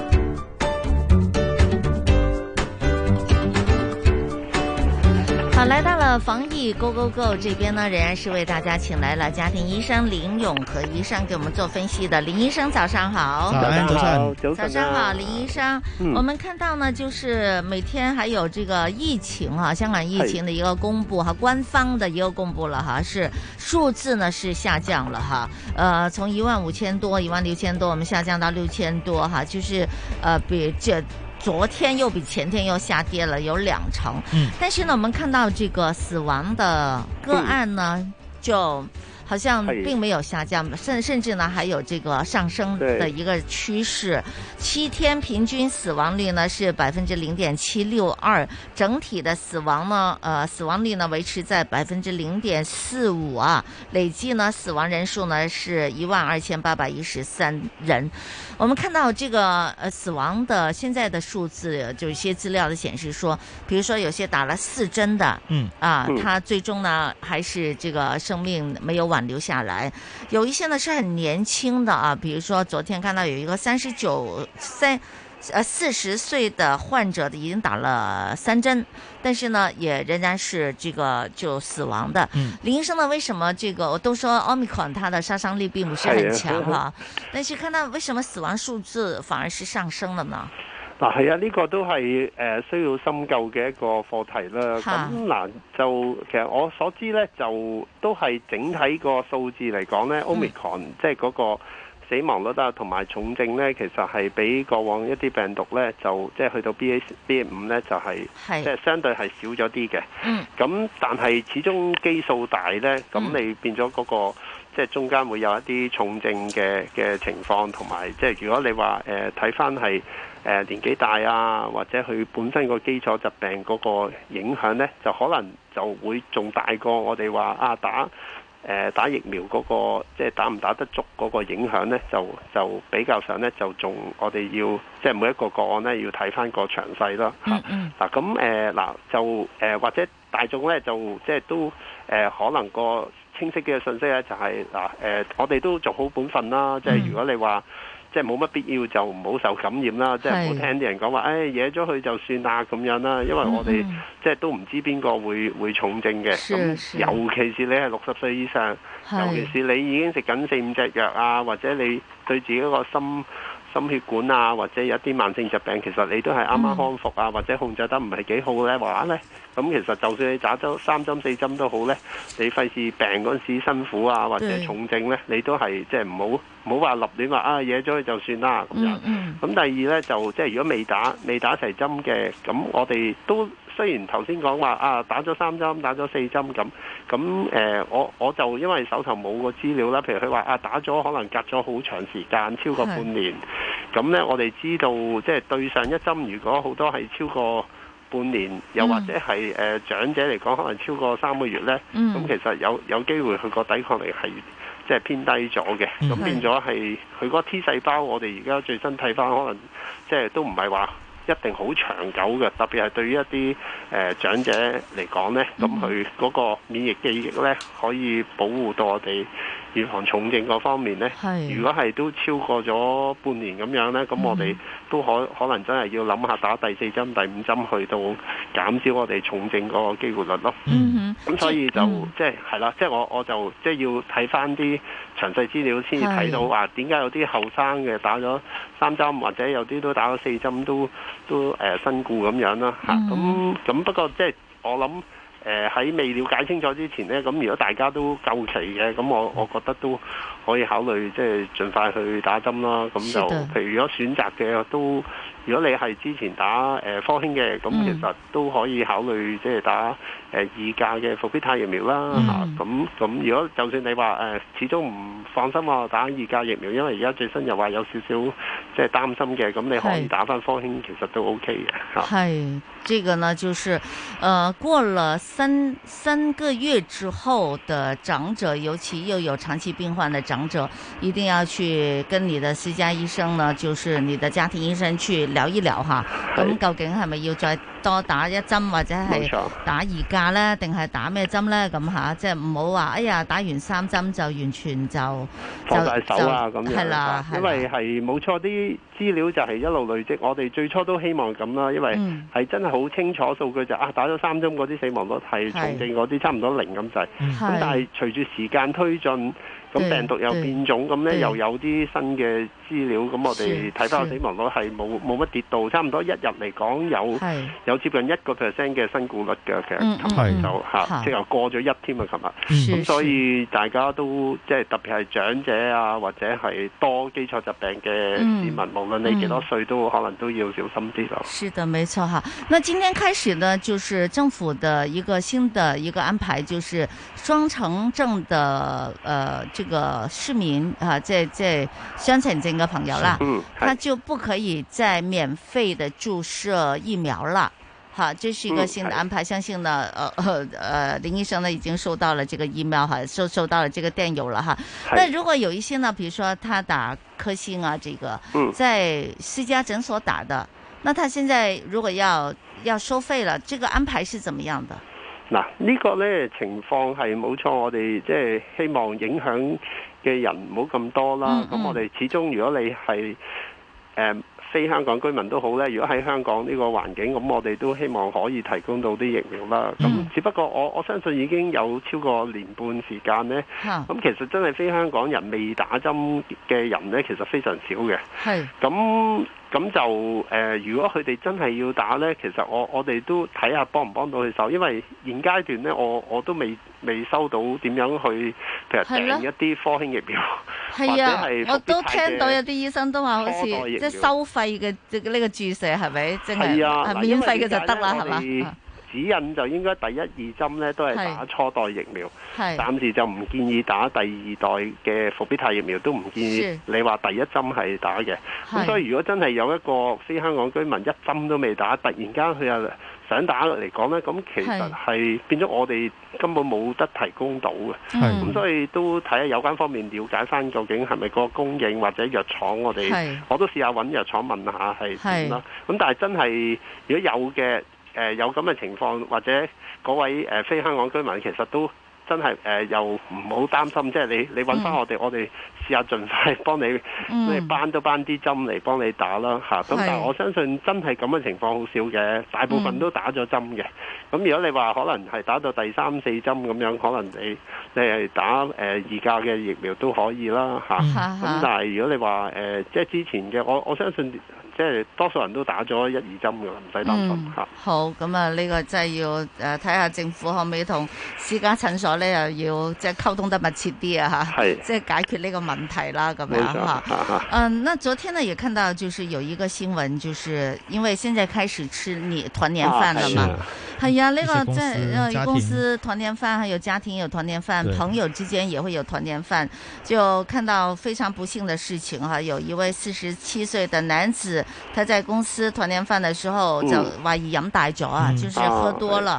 好，來到了防疫 Go Go Go 這邊呢，仍然是為大家請來了家庭醫生林永和醫生給我們做分析的。林醫生早上好。 早安，早上， 早上好，林醫生。嗯、我們看到呢，就是每天還有這個疫情哈，香港疫情的一個公布哈，官方的一個公布了哈，是數字呢是下降了哈，呃，從一萬五千多、一萬六千多，我們下降到六千多哈，就是呃比這。昨天又比前天又下跌了有兩成，嗯，但是呢，我們看到這個死亡的個案呢，嗯、就好像並沒有下降，甚甚至呢還有這個上升的一個趨勢。七天平均死亡率呢是百分之零點七六二，整體的死亡呢，呃，死亡率呢維持在百分之零點四五啊，累計呢死亡人數呢是一萬二千八百一十三人。我們看到這個呃死亡的現在的數字，就一些資料的顯示說，比如說有些打了四針的，嗯啊，他最終呢還是這個生命沒有挽留下來。有一些呢是很年輕的啊，比如說昨天看到有一個三十九三。呃，四十歲的患者已經打了三針，但是呢，也仍然是這個就死亡的。嗯，林醫生呢，為什麼這個我都說 Omicron 它的殺傷力並不是很強哈，但是看到為什麼死亡數字反而是上升了呢？ 嗱係啊，呢、這個都係誒、呃、需要深究嘅一個課題啦。咁嗱就其實我所知咧，就都係整體個數字嚟講咧 Omicron 即係嗰個死亡率啊，同埋重症咧，其實係比過往一啲病毒咧，就即係去到 B A B A 五咧，就係即係相對係少咗啲嘅。嗯。咁但係始終基數大咧，咁你變咗嗰個即係中間會有一啲重症嘅嘅情況，同埋即係如果你話誒睇翻係誒年紀大啊，或者佢本身個基礎疾病嗰個影響咧，就可能就會仲大過我哋話啊打。誒打疫苗嗰、那個即係打唔打得足嗰個影響呢，就就比較上呢，就仲我哋要即係每一個個案呢，要睇翻個詳細啦嚇。嗱咁誒嗱就誒、呃、或者大眾呢，就即係都誒、呃、可能個清晰嘅信息呢，就係嗱誒我哋都做好本分啦。即係如果你話即係冇乜必要就唔好受感染啦，即係唔好聽啲人講話，誒惹咗佢就算啦咁樣啦，因為我哋、嗯、即係都唔知邊個會會重症嘅，咁尤其是你係六十歲以上，尤其是你已經食緊四五隻藥啊，或者你對自己嗰個心心血管啊，或者有一啲慢性疾病，其實你都係啱啱康復啊，嗯、或者控制得唔係幾好咧，話咧，咁其實就算你打咗三針四針都好咧，你費事病嗰陣時辛苦啊，或者重症咧，你都係即係唔好唔好話立亂話啊惹咗佢就算啦咁樣。咁、嗯嗯、第二咧就即係如果未打未打齊針嘅，咁我哋都雖然頭先講話啊打咗三針打咗四針咁，咁誒、呃、我我就因為手頭冇個資料啦，譬如佢話啊打咗可能隔咗好長時間超過半年，咁咧我哋知道即係對上一針如果好多係超過半年，又或者係誒、呃、長者嚟講可能超過三個月咧，咁、嗯、其實有有機會佢個抵抗力係即係偏低咗嘅，咁、嗯、變咗係佢嗰 T 細胞，我哋而家最新睇翻可能即係都唔係話一定好長久嘅，特別係對於一啲誒、呃、長者嚟講咧，咁佢嗰個免疫記憶咧可以保護到我哋預防重症嗰方面呢，如果係都超過咗半年咁樣呢，咁我哋都可可能真係要諗下打第四針、第五針去到減少我哋重症嗰個機會率咯。 嗯咁所以就、嗯、即係係啦，即係我我就即係要睇翻啲詳細資料先至睇到話點解有啲後生嘅打咗三針，或者有啲都打咗四針都都誒、呃、身故咁樣啦嚇。咁、嗯、咁不過即係我諗。誒喺、呃、未了解清楚之前呢，咁如果大家都夠期嘅，咁我我覺得都可以考慮即係盡快去打針啦。咁就譬如如果選擇嘅都，如果你係之前打誒、呃、科興嘅，咁其實都可以考慮即係打誒、呃、二價嘅復必泰疫苗啦嚇。咁咁、嗯啊、如果就算你話誒、呃、始終唔放心話打二價疫苗，因為而家最新又話有少少即係擔心嘅，咁你可以打翻科興，其實都 OK 嘅嚇。 係，這個呢就是，呃過了三三個月之後的長者，尤其又有長期病患的長者，一定要去跟你的私家醫生呢，就是你的家庭醫生去聊一聊哈。咁究竟係咪要再多打一針或者係打二價呢？定係打咩針呢？咁吓，即係唔好話，哎呀，打完三針就完全就放大手啊咁樣。 係啦， 因為係冇錯，啲資料就係一路累積。我哋最初都希望咁啦，因為係真係好清楚數據就啊，打咗三針嗰啲死亡率係重症嗰啲差唔多零咁滯。咁但係隨住時間推進，咁病毒又變種，咁咧又有啲新嘅資料，咁我哋睇翻個死亡率係冇冇乜跌到，差唔多一日嚟講有有接近一個 percent 嘅身故率嘅，其實琴日就嚇即係過咗一添啊，琴日。咁所以大家都即係特別係長者啊，或者係多基礎疾病嘅市民，無論你幾多歲，都可能都要小心啲咯。 是的，沒錯哈。那今天開始呢，就是政府的一個新的一個安排，就是雙程證的呃這個市民啊，即係即係雙程證嘅朋友啦，嗯，他就不可以再免費的注射疫苗了。好，這是一個新的安排，嗯、相信呢，呃呃呃林醫生呢已經收到了這個 email 哈，收收到了這個電郵了哈。那如果有一些呢，比如說他打科興啊，這個、嗯、在私家診所打的，那他現在如果要要收費了，這個安排是怎麼樣的？ 嗱，呢個呢情況係冇錯，我哋即係希望影響嘅人唔好咁多啦。咁、嗯嗯、我哋始終如果你係誒、呃、非香港居民都好咧，如果喺香港呢個環境，咁我哋都希望可以提供到啲疫苗啦。咁、嗯、只不過我我相信已經有超過年半時間呢。咁、嗯、其實真係非香港人未打針嘅人呢，其實非常少嘅。係咁。咁就誒、呃，如果佢哋真係要打呢，其實我我哋都睇下幫唔幫到佢手，因為現階段呢，我我都未未收到點樣去，譬如訂一啲科興疫苗，或者係我都聽到有啲醫生都話好似即係收費嘅呢個注射係咪？即係係免費嘅就得啦，係嘛？ 指引就應該第一二針咧都係打初代疫苗，暫時就唔建議打第二代嘅復必泰疫苗，都唔建議你話第一針係打嘅。咁所以如果真係有一個非香港居民一針都未打，突然間佢又想打嚟講咧，咁其實係變咗我哋根本冇得提供到嘅。咁所以都睇下有關方面了解翻究竟係咪個供應或者藥廠，我哋我都試下揾藥廠問下係點啦。咁但係真係如果有嘅。誒、呃、有咁嘅情況，或者嗰位誒、呃、非香港居民其實都真係誒、呃、又唔好擔心，即係你你揾翻我哋，嗯、我哋試下盡快幫你，嗯、你班都班啲針嚟幫你打啦嚇。咁、啊、但係我相信真係咁嘅情況好少嘅，大部分都打咗針嘅。咁、嗯、如果你話可能係打到第三四針咁樣，可能你你係打誒、呃、二價嘅疫苗都可以啦嚇。咁、啊啊啊、但係如果你話誒、呃、即係之前嘅，我我相信。即係多數人都打咗一二針㗎，唔使擔心嚇、嗯。好， 咁啊，呢個真係要誒睇下政府可唔可以同私家診所咧，又要即係溝通得密切啲啊嚇。係，即係解決呢個問題啦，咁樣嚇。嗯，那昨天呢也看到，就是有一個新聞，就是因為現在開始吃年團年飯了嘛。係啊，呢、這個即係公司團年飯，還有家庭有團年飯，朋友之間也會有團年飯。就看到非常不幸的事情哈，有一位四十七歲的男子。他在公司團年飯的時候就懷疑飲大咗啊，就是喝多了，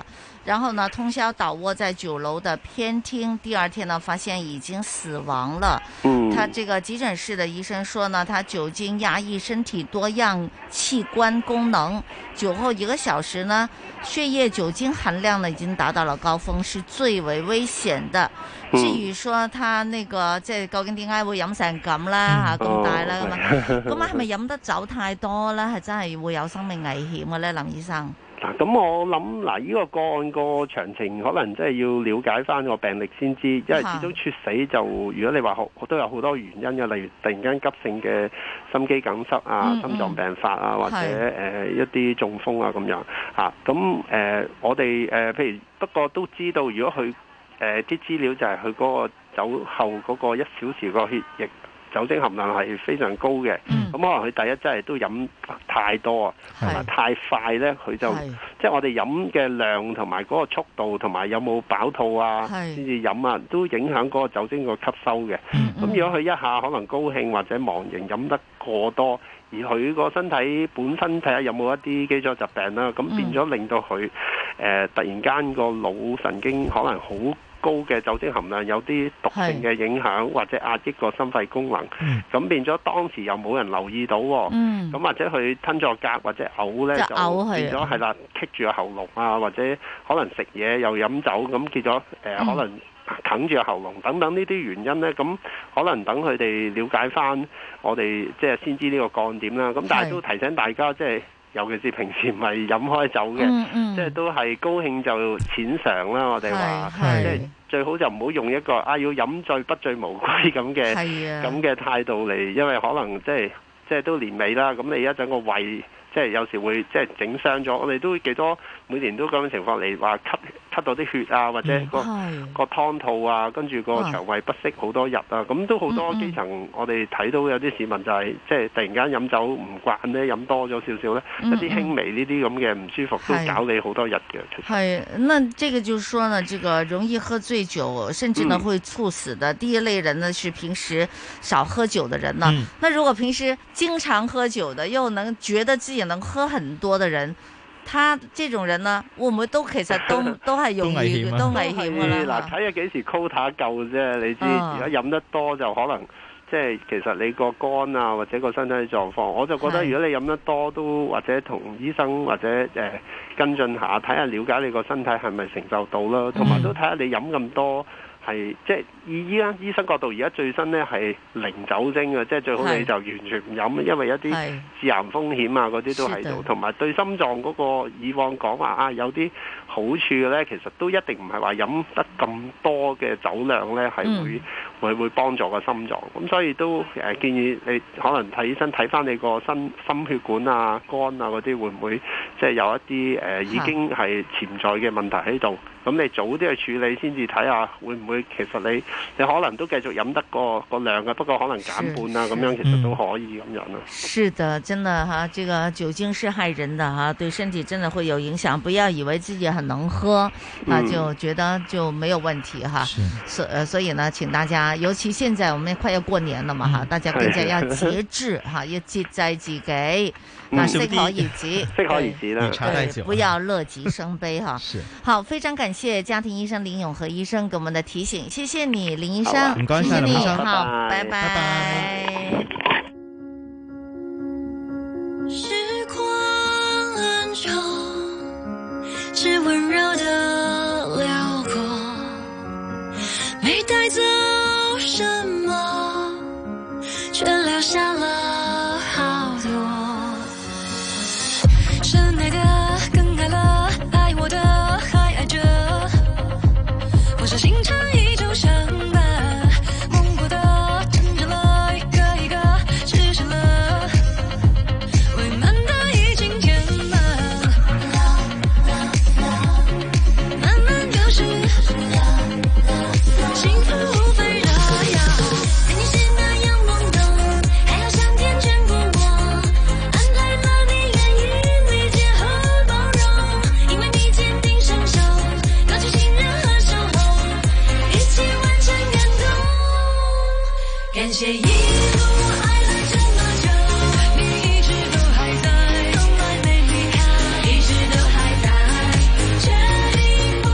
然后呢通宵倒卧在九楼的偏厅，第二天呢发现已经死亡了。 嗯， 他这个急诊室的医生说呢，他酒精压抑身体多样器官功能，酒後一個小時呢，血液酒精含量呢已經達到了高峰，是最為危險的。 嗯、 至於說他那個即係究竟點解會飲成咁啦嚇咁大啦咁啊？咁啊係咪飲得酒太多咧？係真係會有生命危險嘅咧，林醫生？ 嗱，咁我諗嗱，呢個個案個詳情可能真係要了解翻個病歷先知，因為始終猝死就如果你話好都有好多原因嘅，例如突然間急性嘅心肌梗塞啊、嗯嗯、心臟病發啊，或者誒、呃、一啲中風啊咁樣嚇。咁誒、呃、我哋誒、呃、譬如不過都知道，如果佢誒啲資料就係佢嗰個酒後嗰個一小時個血液酒精含量係非常高嘅，咁、嗯、可能佢第一真係都飲太多啊，同埋太快咧，佢就即係我哋飲嘅量同埋嗰個速度同埋有冇飽肚啊，先至飲啊，都影響嗰個酒精個吸收嘅。咁、嗯、如果佢一下可能高興或者忘形飲得過多，而佢個身體本身睇下有冇一啲基礎疾病啦，咁變咗令到佢誒、呃、突然間個腦神經可能好高嘅酒精含量有啲毒性嘅影響，或者壓抑個心肺功能，咁、嗯、變咗當時又冇人留意到，咁、嗯、或者佢吞咗格或者嘔咧，就變咗係啦，棘住個喉嚨啊，或者可能食嘢又飲酒，咁結咗誒、呃嗯、可能啃住個喉嚨等等呢啲原因咧，咁可能等佢哋了解翻我哋即係先知呢個個案點啦。咁但係都提醒大家即係。尤其是平時唔係飲開酒嘅、嗯嗯，即係都係高興就淺嘗啦。我哋話，即係最好就唔好用一個啊要飲醉不醉無歸咁嘅咁嘅態度嚟，因為可能即係即係都年尾啦。咁你一陣個胃即係有時會即係整傷咗。我哋都幾多每年都咁嘅情況嚟話咳咳到啲血啊，或者、個、嗯、個湯吐啊，跟住個腸胃不適好多日啊。咁都好多基層，嗯嗯我哋睇到有啲市民就係、是、即係突然間飲酒唔慣咧，飲多咗少少咧，一啲輕微呢啲咁嘅唔舒服都搞你好多日嘅。 係，那這個就是說呢，這個容易喝醉酒，甚至呢會猝死的、嗯、第一類人呢，是平時少喝酒的人呢、嗯。那如果平時經常喝酒的，又能覺得自己能喝很多的人，他這種人呢，會唔會都其實都都係容易都危險噶啦？ 嗱，睇下幾時 quota 夠啫。你知，如果飲得多就可能即係其實你個肝啊或者個身體狀況，我就覺得如果你飲得多都或者同醫生或者誒、呃、跟進下，睇下了解你個身體係咪承受到啦，同埋都睇下你飲咁多。係即係以醫醫生角度，而家最新呢係零酒精嘅，即係最好你就完全唔飲，因為一啲致癌風險啊嗰啲都喺度，同埋對心臟嗰個以往講話啊有啲好處嘅呢，其實都一定唔係話飲得咁多嘅酒量呢係會、嗯、會會幫助個心臟。咁所以都誒、呃、建議你可能睇醫生睇翻你個心心血管啊、肝啊嗰啲會唔會即係有一啲誒、呃、已經係潛在嘅問題喺度。咁你早啲去處理先至睇下會唔會其實你你可能都繼續飲得個個量嘅，不過可能減半啊咁樣，其實都可以咁樣咯。 是的，真的哈，這個酒精是害人的哈，對身體真的會有影響。不要以為自己很能喝啊，就覺得就沒有問題哈。所呃所以呢，請大家，尤其現在我們快要過年了嘛哈，大家更加要節制哈，要節制自己。啊，適可而止， 適可而止啦， 對，不要樂極生悲哈。是，好，非常感謝家庭醫生林永和醫生給我們的提醒，謝謝你，林醫生， 唔該晒，林醫生， 好，拜拜。拜拜。 時光很久，只溫柔的撩過，沒帶走什麼，卻留下了好多。深愛的更愛了，愛我的還愛着，或是心差依舊相伴，夢過的成長了，一個一個實現了，未滿的已經填滿，慢慢流逝，幸福無法繞繞，看你是那樣懵懂，還好像天眷顧我，安排了你願意感謝一路愛了這麼久，你一直都還在，從來沒離開，一直都還在，這一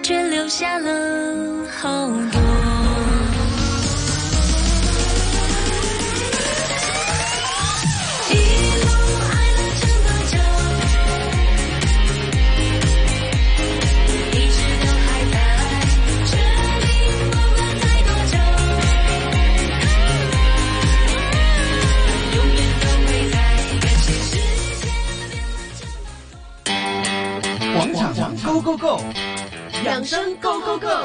却留下了好多。 广场 Go Go Go， 养生 Go Go Go。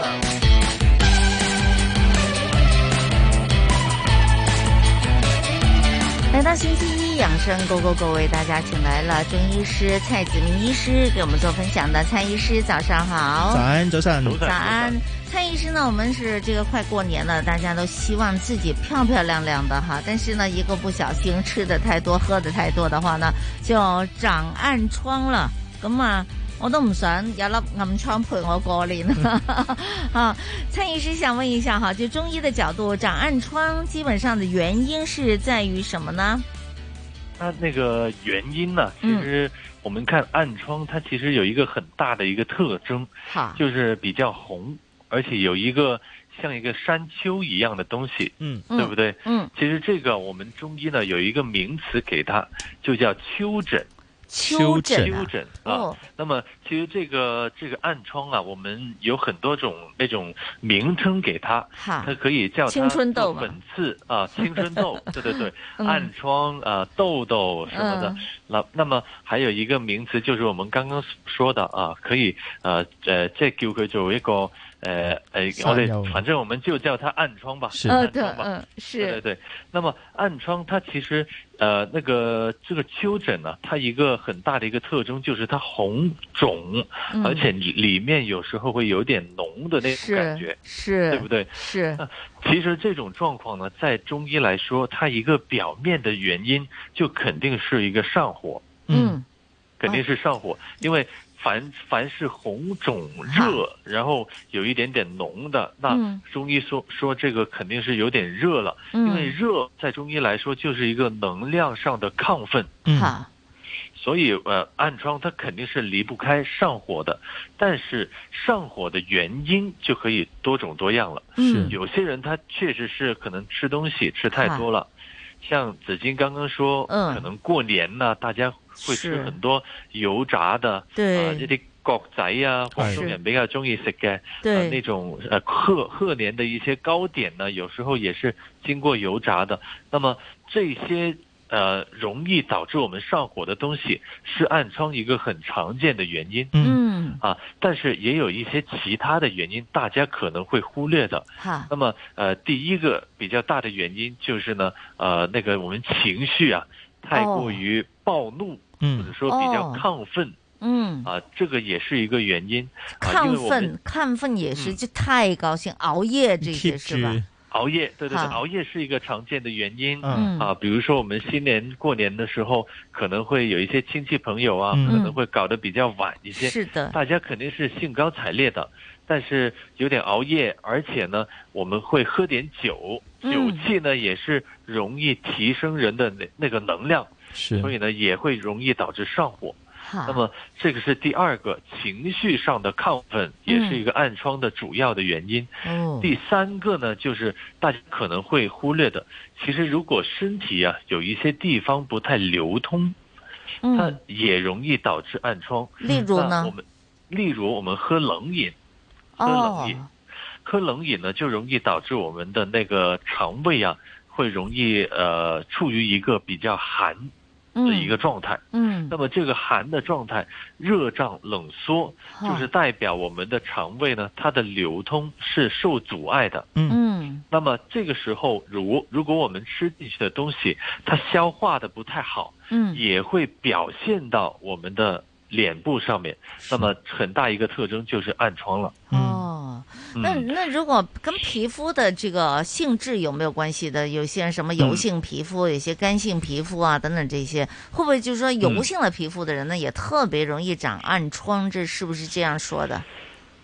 来到星期一养生 Go Go Go， 为大家请来了中医师蔡子明医师给我们做分享的。蔡医师早上好。 早安，早上， 早安。蔡医师呢，我们是这个快过年了，大家都希望自己漂漂亮亮的哈，但是呢，一个不小心吃的太多，喝的太多的话呢，就长暗疮了。咁啊，我都唔想有粒暗疮陪我過年啊！蔡醫師想問一下哈，就中醫的角度，長暗瘡基本上的原因是在於什麼呢？ 它那个原因呢，其实我们看暗疮，它其实有一个很大的一个特征，就是比较红，而且有一个像一个山丘一样的东西，嗯，对不对？嗯，其实这个我们中医呢有一个名词给它，就叫丘疹。 丘疹， 丘疹啊、哦，那么其实这个这个暗疮啊，我们有很多种那种名称给它，它可以叫它青春痘、 粉刺啊，青春痘，对对对，嗯、暗疮啊、痘痘什么的。那、嗯、那么还有一个名词就是我们刚刚说的啊，可以呃呃，再叫佢做一个。呃呃，我哋反正我们就叫它暗疮吧， 是暗疮吧，嗯，是， 对对对。那么暗疮它其实呃那个这个丘疹呢、啊，它一个很大的一个特征就是它红肿，嗯、而且里面有时候会有点脓的那种感觉， 是， 对不对？ 是。 那其实这种状况呢，在中医来说，它一个表面的原因就肯定是一个上火，嗯，肯定是上火，因为。凡凡是红肿热，然后有一点点脓的，那中医说说这个肯定是有点热了，嗯、因为热在中医来说就是一个能量上的亢奋。嗯，所以呃，暗疮它肯定是离不开上火的，但是上火的原因就可以多种多样了。嗯，有些人他确实是可能吃东西吃太多了。像子金刚刚说，嗯、可能过年呢，大家会吃很多油炸的， 对啊，呢啲角仔啊，廣東人比較中意食嘅，呃，那種呃賀賀年的一些糕點呢，有時候也是經過油炸的。那麼這些呃容易導致我們上火的東西，是暗瘡一個很常見的原因。嗯啊，但是也有一些其他的原因，大家可能會忽略的。好，那麼呃第一個比較大的原因就是呢，呃那個我們情緒啊太過於暴怒，嗯、或者說比較亢奮。嗯啊，這個也是一個原因。 亢奮，亢奮也是就太高興，嗯、熬夜這些是吧？ 熬夜，對對對，熬夜是一個常見的原因。嗯啊，比如說我們新年過年的時候，可能會有一些親戚朋友啊，嗯、可能會搞得比較晚一些。 是的， 大家肯定是興高采烈的，但是有點熬夜，而且呢，我們會喝點酒，酒氣呢、嗯、也是容易提升人的那那個能量，是，所以呢也會容易導致上火。那麼這個是第二個情緒上的亢奮，也是一個暗瘡的主要的原因。嗯、第三個呢，就是大家可能會忽略的，其實如果身體啊有一些地方不太流通，嗯、它也容易導致暗瘡。 例如呢？ 我們例如我們喝冷飲，喝冷飲，哦、喝冷飲呢就容易導致我們的那個腸胃啊會容易呃處於一個比較寒的一個狀態，嗯，那麼這個寒的狀態，熱脹冷縮，就是代表我們的腸胃呢，它的流通是受阻礙的，嗯，那麼這個時候，如如果我們吃進去的東西，它消化的不太好，嗯，也會表現到我們的臉部上面，那麼很大一個特徵就是暗瘡了。 哦，那那如果跟皮膚的這個性質有沒有關係的？有些人什麼油性皮膚，嗯、有些乾性皮膚啊等等這些，會不會就是說油性的皮膚的人呢，嗯、也特別容易長暗瘡？這是不是這樣說的？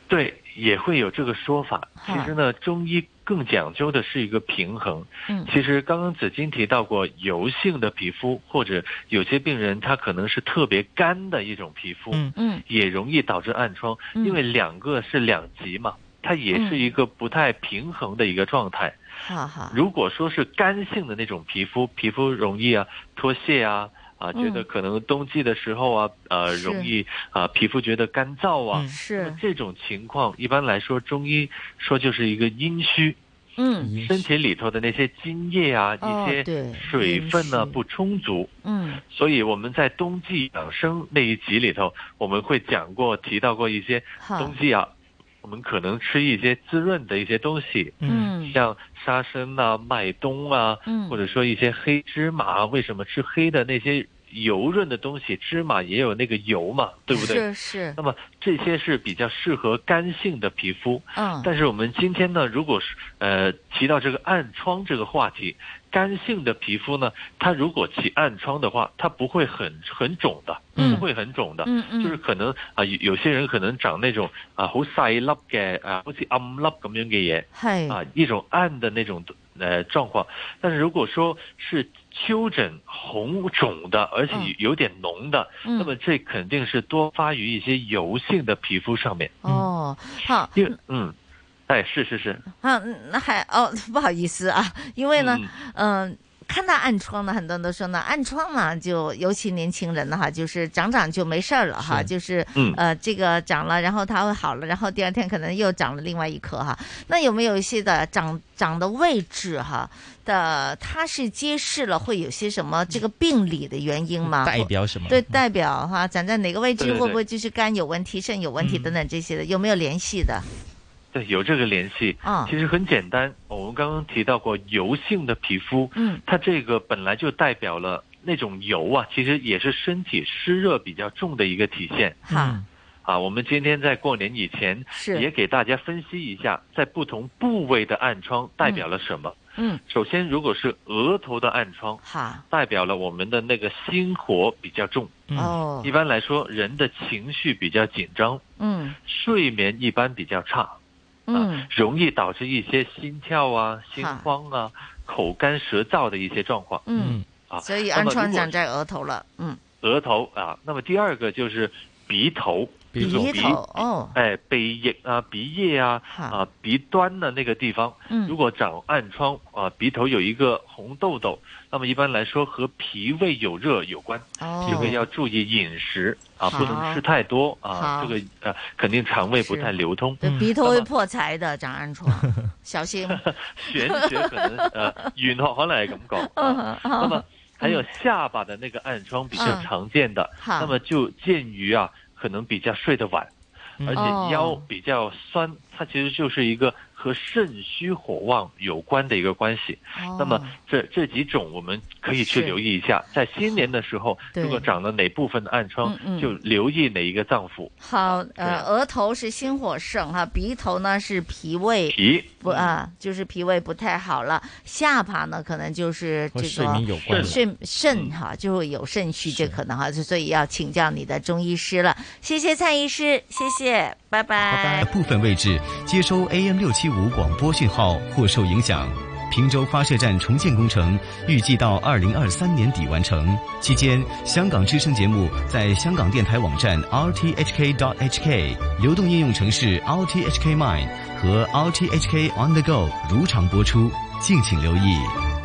对，也会有这个说法。其实呢，中医更讲究的是一个平衡。 嗯， 其实刚刚子金提到过油性的皮肤，或者有些病人他可能是特别干的一种皮肤， 嗯嗯， 也容易导致暗疮， 嗯、 因为两个是两极嘛，它也是一个不太平衡的一个状态。 哈哈、 如果说是干性的那种皮肤，皮肤容易啊脱屑啊。啊，觉得可能冬季的时候啊，嗯、呃，容易啊、呃，皮肤觉得干燥啊， 是这种情况，一般来说，中医说就是一个阴虚， 嗯， 身体里头的那些津液啊， 哦、 一些水分呢不充足， 嗯， 所以我们在冬季养生那一集里头，我们会讲过提到过一些冬季啊。我们可能吃一些滋润的一些东西， 嗯， 像沙参啊、麦冬啊， 嗯， 或者说一些黑芝麻。为什么吃黑的那些油润的东西？芝麻也有那个油嘛，对不对？ 是是。 那么这些是比较适合干性的皮肤。 嗯。 但是我们今天呢，如果是呃提到这个暗疮这个话题，干性的皮肤呢，它如果起暗疮的话，它不会很很肿的。不會很腫的， 嗯嗯， 就是可能啊，有些人可能長那種啊好細粒嘅啊，好似暗粒咁樣嘅嘢， 係啊一種暗的那種呃狀況。但是如果說是丘疹紅腫的，而且有點濃的， 嗯、 那麼這肯定是多發於一些油性的皮膚上面。 哦，好， 因為嗯。哎，是是是。 啊，那還哦，不好意思啊，因為呢，嗯。呃看到暗瘡呢，很多人都說呢，暗瘡嘛，就尤其年輕人呢，哈，就是長長就沒事了哈，就是，嗯，呃，這個長了，然後它會好了，然後第二天可能又長了另外一顆哈。那有沒有一些的長長的位置哈的，它是揭示了會有些什麼這個病理的原因嗎？ 代表什麼？ 對，代表哈，長在哪個位置， 對對對， 會不會就是肝有問題、腎有問題等等這些的，有沒有聯繫的？ 對，有這個聯繫。 啊， 其實很簡單。我們剛剛提到過油性的皮膚， 嗯， 它這個本來就代表了那種油啊，其實也是身體濕熱比較重的一個體現。 嗯， 啊，我們今天在過年以前， 是也給大家分析一下，在不同部位的暗瘡代表了什麼。 嗯， 首先，如果是額頭的暗瘡， 好， 代表了我們的那個心火比較重。 哦， 一般來說，人的情緒比較緊張。 嗯， 睡眠一般比較差。 嗯、 啊，容易導致一些心跳啊、心慌啊、口乾舌燥的一些狀況。 嗯，啊，所以暗瘡長在額頭了。嗯， 額頭啊，那麼第二個就是鼻頭。 鼻頭哦， 哎，鼻翼啊、鼻葉啊、啊鼻端的那個地方， 嗯， 如果長暗瘡啊，鼻頭有一個紅豆豆，那麼一般來說和脾胃有熱有關， 哦， 這個要注意飲食啊，不能吃太多啊，這個呃肯定腸胃不太流通。 對，鼻頭會破財的，長暗瘡，小心。 玄學可能呃玄學可能係咁講，那麼還有下巴的那個暗瘡比較常見的，那麼就鑑於啊。可能比較睡得晚，而且腰比較酸，哦，它其實就是一個和腎虛火旺有關的一個關係。 哦， 那麼這這幾種我們可以去留意一下，在新年的時候，如果長了哪部分的暗瘡， 嗯嗯， 就留意哪一個臟腑。 好，呃，額頭是心火盛哈，鼻頭呢是脾胃脾不啊，就是脾胃不太好了。下巴呢可能就是這個睡眠有關， 腎腎哈就會有腎虛這可能哈，所以要請教你的中醫師了。謝謝蔡醫師，謝謝，拜拜。拜拜。 部分位置接收 A M 六七五廣播訊號或受影響。平洲發射站重建工程預計到二零二三年底完成。期間，香港之聲節目在香港電台網站 r t h k dot h k、流動應用程式 r t h k mine 和 r t h k on the go 如常播出，敬請留意。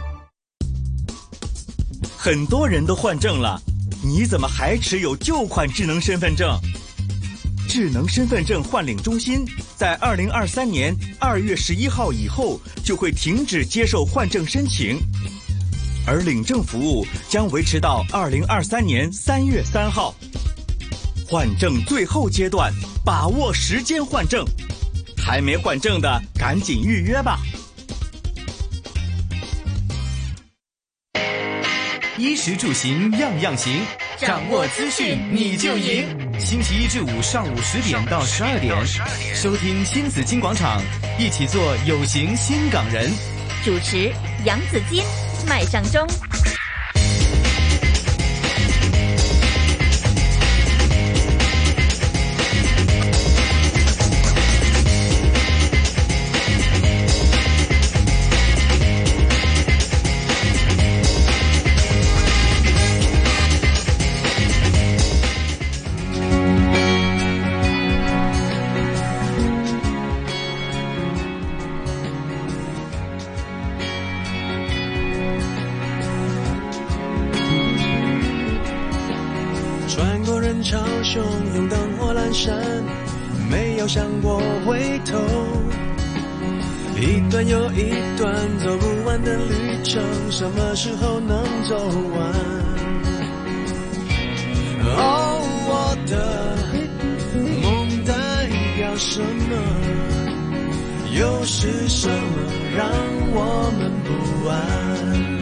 很多人都換證了，你怎麼還持有舊款智能身份證？智能身份證換領中心在二零二三年二月十一號以後就會停止接受換證申請，而領證服務將維持到二零二三年三月三號。換證最後階段，把握時間換證，還沒換證的趕緊預約吧。 衣食住行樣樣行，掌握資訊你就贏。星期一至五上午十點到十二點，收聽新紫荊廣場，一起做有型新港人。 主持楊子矜、麥尚中。 汹涌灯火阑珊，没有想过回头，一段又一段走不完的旅程，什么时候能走完？哦，我的梦代表什么？又是什么让我们不安？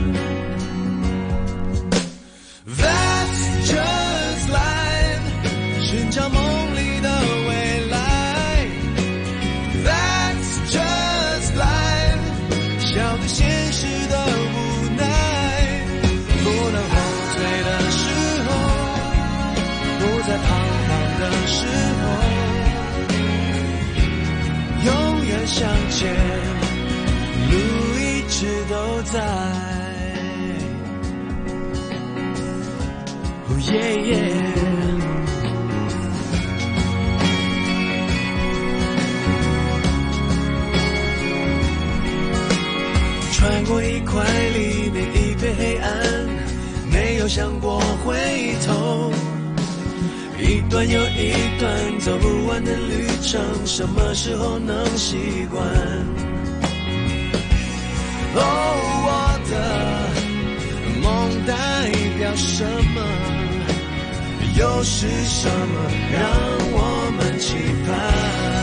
That's just life， 寻找梦里的未来。That's just life， 笑对现实的无奈。不能后退的时候，不再彷徨的时候，永远向前，路一直都在。 Yeah, yeah. 穿过一块黎明，一片黑暗，没有想过回头。一段又一段走不完的旅程，什么时候能习惯？哦，我的梦代表什么？ 又是什么让我们期盼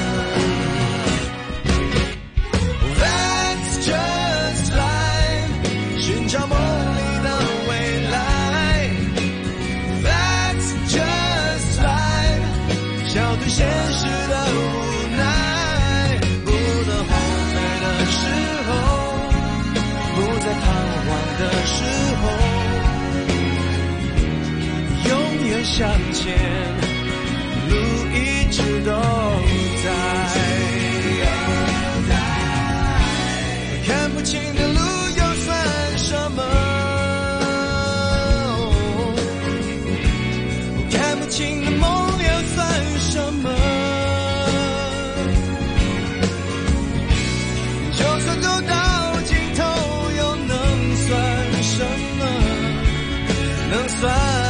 ？That's just life， 寻找梦里的未来。That's just life， 笑对现实的无奈。不能后退的时候，不再彷徨的时候。 向前，路一直都在。看不清的路又算什么？看不清的梦又算什么？就算走到尽头，又能算什么？能算？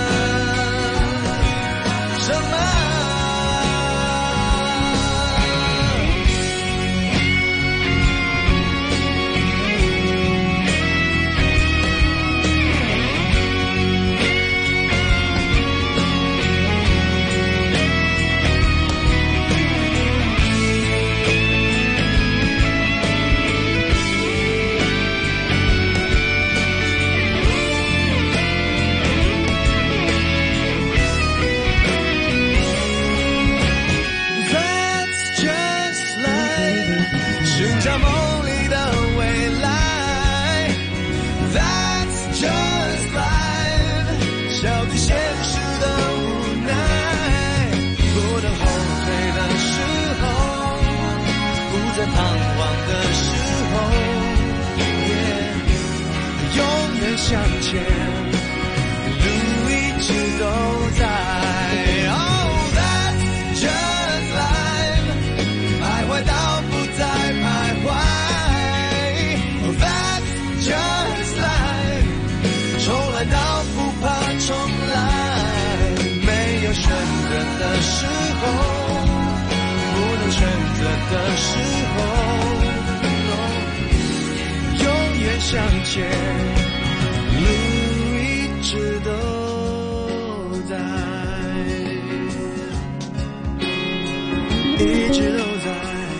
向前，路一直都在。Oh, that's just life， 徘徊到不再徘徊。Oh, that's just life， 重来到不怕重来。没有选择的时候，不能选择的时候，永远向前。 路一直都在，一直都在。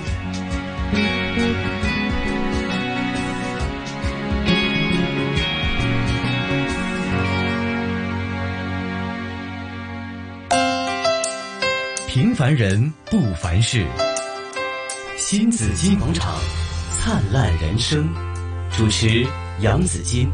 平凡人不凡事，新紫金广场，灿烂人生。主持杨紫金。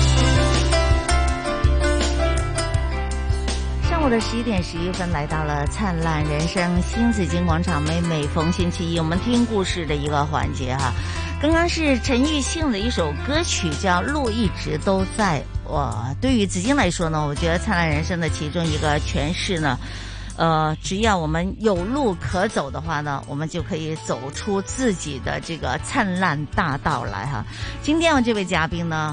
上午的十一点十一分，来到了灿烂人生新紫金广场。每每逢星期一，我们听故事的一个环节哈。刚刚是陈奕迅的一首歌曲，叫《路一直都在》。哇，对于紫金来说呢，我觉得灿烂人生的其中一个诠释呢，呃，只要我们有路可走的话呢，我们就可以走出自己的这个灿烂大道来哈。今天我这位嘉宾呢。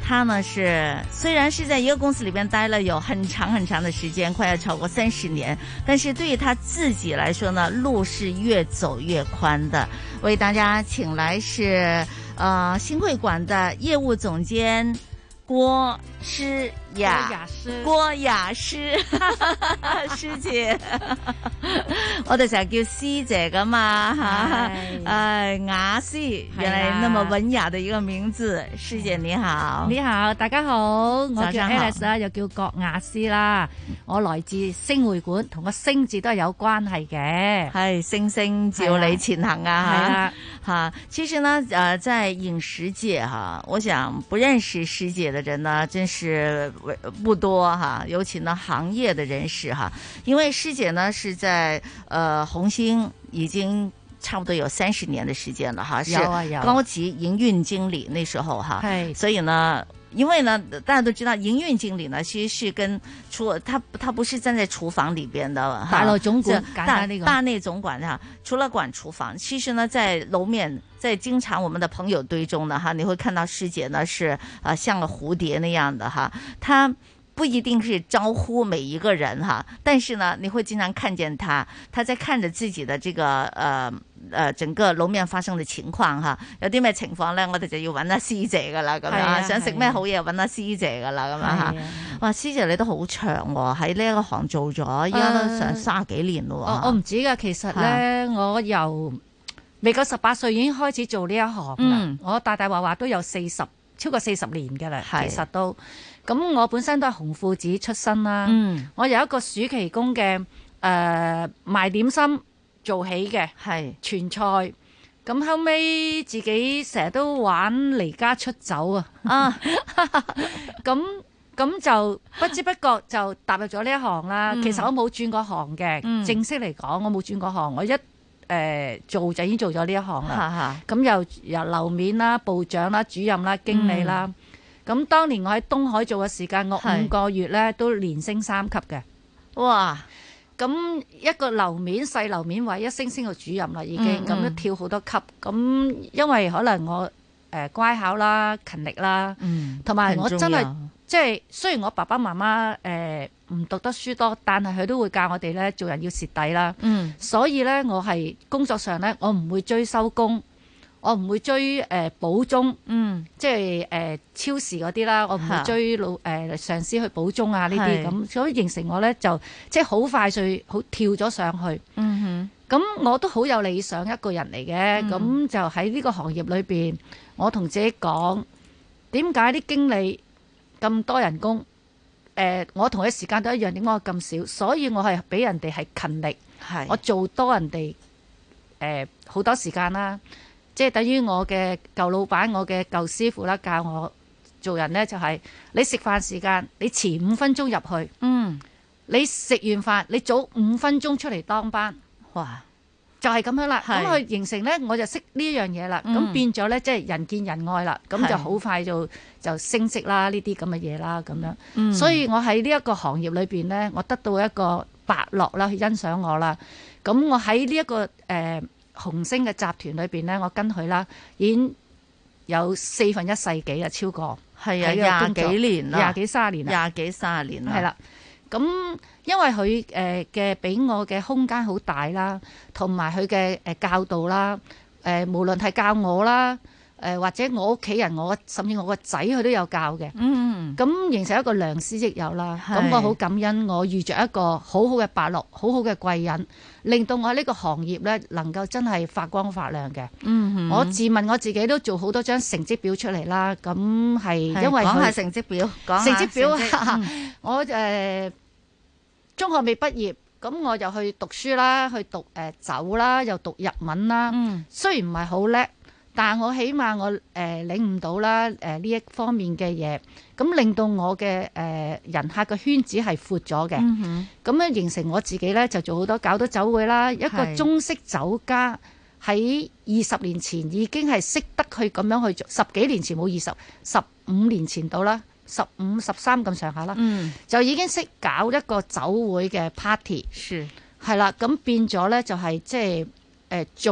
他呢是虽然是在一个公司里边待了有很长很长的时间，快要超过三十年，但是对于他自己来说呢，路是越走越宽的。为大家请来是呃新会馆的业务总监郭诗雅，郭雅詩師姐，我哋成日叫師姐噶嘛吓，誒雅詩，原來那麼文雅的一個名字，師姐你好， 你好，大家好，我叫 Alice 啦，又叫郭雅詩啦，我來自星會館，同個星字都係有關係嘅， 係星星照你前行啊，吓，其實呢，誒在飲食界哈，我想不認識師姐的人呢，真是不多哈，尤其呢行業的人士哈，因為師姐呢是在呃紅星已經差不多有三十年的時間了哈，是高級營運經理那時候哈，所以呢，因為呢大家都知道營運經理呢其實是跟廚，他他不是站在廚房裏邊的， 大內總管， 大大內總管哈，除了管廚房，其實呢在樓面。在經常我們的朋友堆中呢，哈，你會看到師姐呢是啊、呃、像個蝴蝶那樣的哈，她不一定是招呼每一個人哈，但是呢，你會經常看見她，她在看着自己的這個呃呃整個樓面發生的情況哈，有啲咩情況咧，我哋就要揾阿師姐噶啦，咁樣想食咩好嘢揾阿師姐噶啦，咁樣吓。哇，師姐你都好長喎，喺呢一個行做咗，而家都上卅幾年咯。 我我唔止噶，其實咧我由未夠十八歲已經開始做呢一行啦、嗯，我大大話話都有四十超過四十年嘅啦，其實都咁我本身都係紅褲子出身啦、嗯，我有一個暑期工嘅誒、呃、賣點心做起嘅，係傳菜，咁後尾自己成日都玩離家出走啊，啊，咁咁就不知不覺就踏入咗呢一行啦、嗯。其實我冇轉過行嘅、嗯，正式嚟講我冇轉過行，我一誒、呃、做就已經做咗呢一行啦，咁又由樓面啦、部長啦、主任啦、經理啦，咁、嗯、當年我喺東海做嘅時間，我五個月咧都連升三級嘅，哇！咁一個樓面細樓面位一升升到主任啦，已經咁、嗯、都跳好多級，咁因為可能我誒、呃、乖巧啦、勤力啦，同、嗯、埋我真係即係雖然我爸爸媽媽誒。呃唔讀得書多，但係佢都會教我哋咧做人要蝕底啦。嗯，所以咧我係工作上咧，我唔會追收工，我唔會追誒補鐘。嗯，即係誒、呃、超時嗰啲啦，我唔會追老誒、呃、上司去補鐘啊呢啲咁，所以形成我咧就即係好快脆好跳咗上去。嗯哼，咁我都好有理想一個人嚟嘅，咁、嗯、就喺呢個行業裏邊，我同自己講，點解啲經理咁多人工？誒、呃，我同佢時間都一樣，點解我咁少？所以我係比人哋係勤力，我做多人哋誒好多時間啦。即係等於我嘅舊老闆、我嘅舊師傅啦，教我做人呢，就係、是、你食飯時間，你遲五分鐘入去，嗯，你食完飯，你早五分鐘出嚟當班，哇！就係、是、咁樣啦，咁佢形成咧，我就識呢一樣嘢啦，咁、嗯、變咗咧，即係人見人愛啦，咁就好快就就升職啦，呢啲咁嘅嘢啦，咁樣、嗯。所以我喺呢一個行業裏邊咧，我得到一個伯樂啦，去欣賞我啦。咁我喺呢一個誒、呃、紅星嘅集團裏邊咧，我跟佢啦，已經有四分一世紀啦，超過係啊廿幾年啦，廿幾卅年啦，廿幾卅年啦，係啦。咁因為佢誒嘅俾我嘅空間好大啦，同埋佢嘅誒教導啦，誒、呃、無論係教我啦，誒、呃、或者我屋企人，我甚至我個仔佢都有教嘅。嗯，咁形成一個良師益友啦。咁我好感恩，我遇着一個好好嘅伯樂，好好嘅貴人，令到我喺呢個行業咧能夠真係發光發亮嘅。嗯，我自問我自己都做好多張成績表出嚟啦。咁係因為講下成績表，講下成績表。嗯、我誒。呃中學未畢業，咁我就去讀書啦，去讀誒酒啦，又讀日文啦。嗯，雖然唔係好叻，但係我起碼我誒、呃、領悟到啦誒呢一方面嘅嘢，咁令到我嘅誒、呃、人客嘅圈子係闊咗嘅。嗯，咁樣形成我自己咧就做好多搞到酒會啦，一個中式酒家喺二十年前已經係識得去咁樣去做，十幾年前冇二十，十五年前到啦。十五十三咁上下啦，就已經識搞一個酒會嘅 party，係啦，咁變咗咧就係即係誒做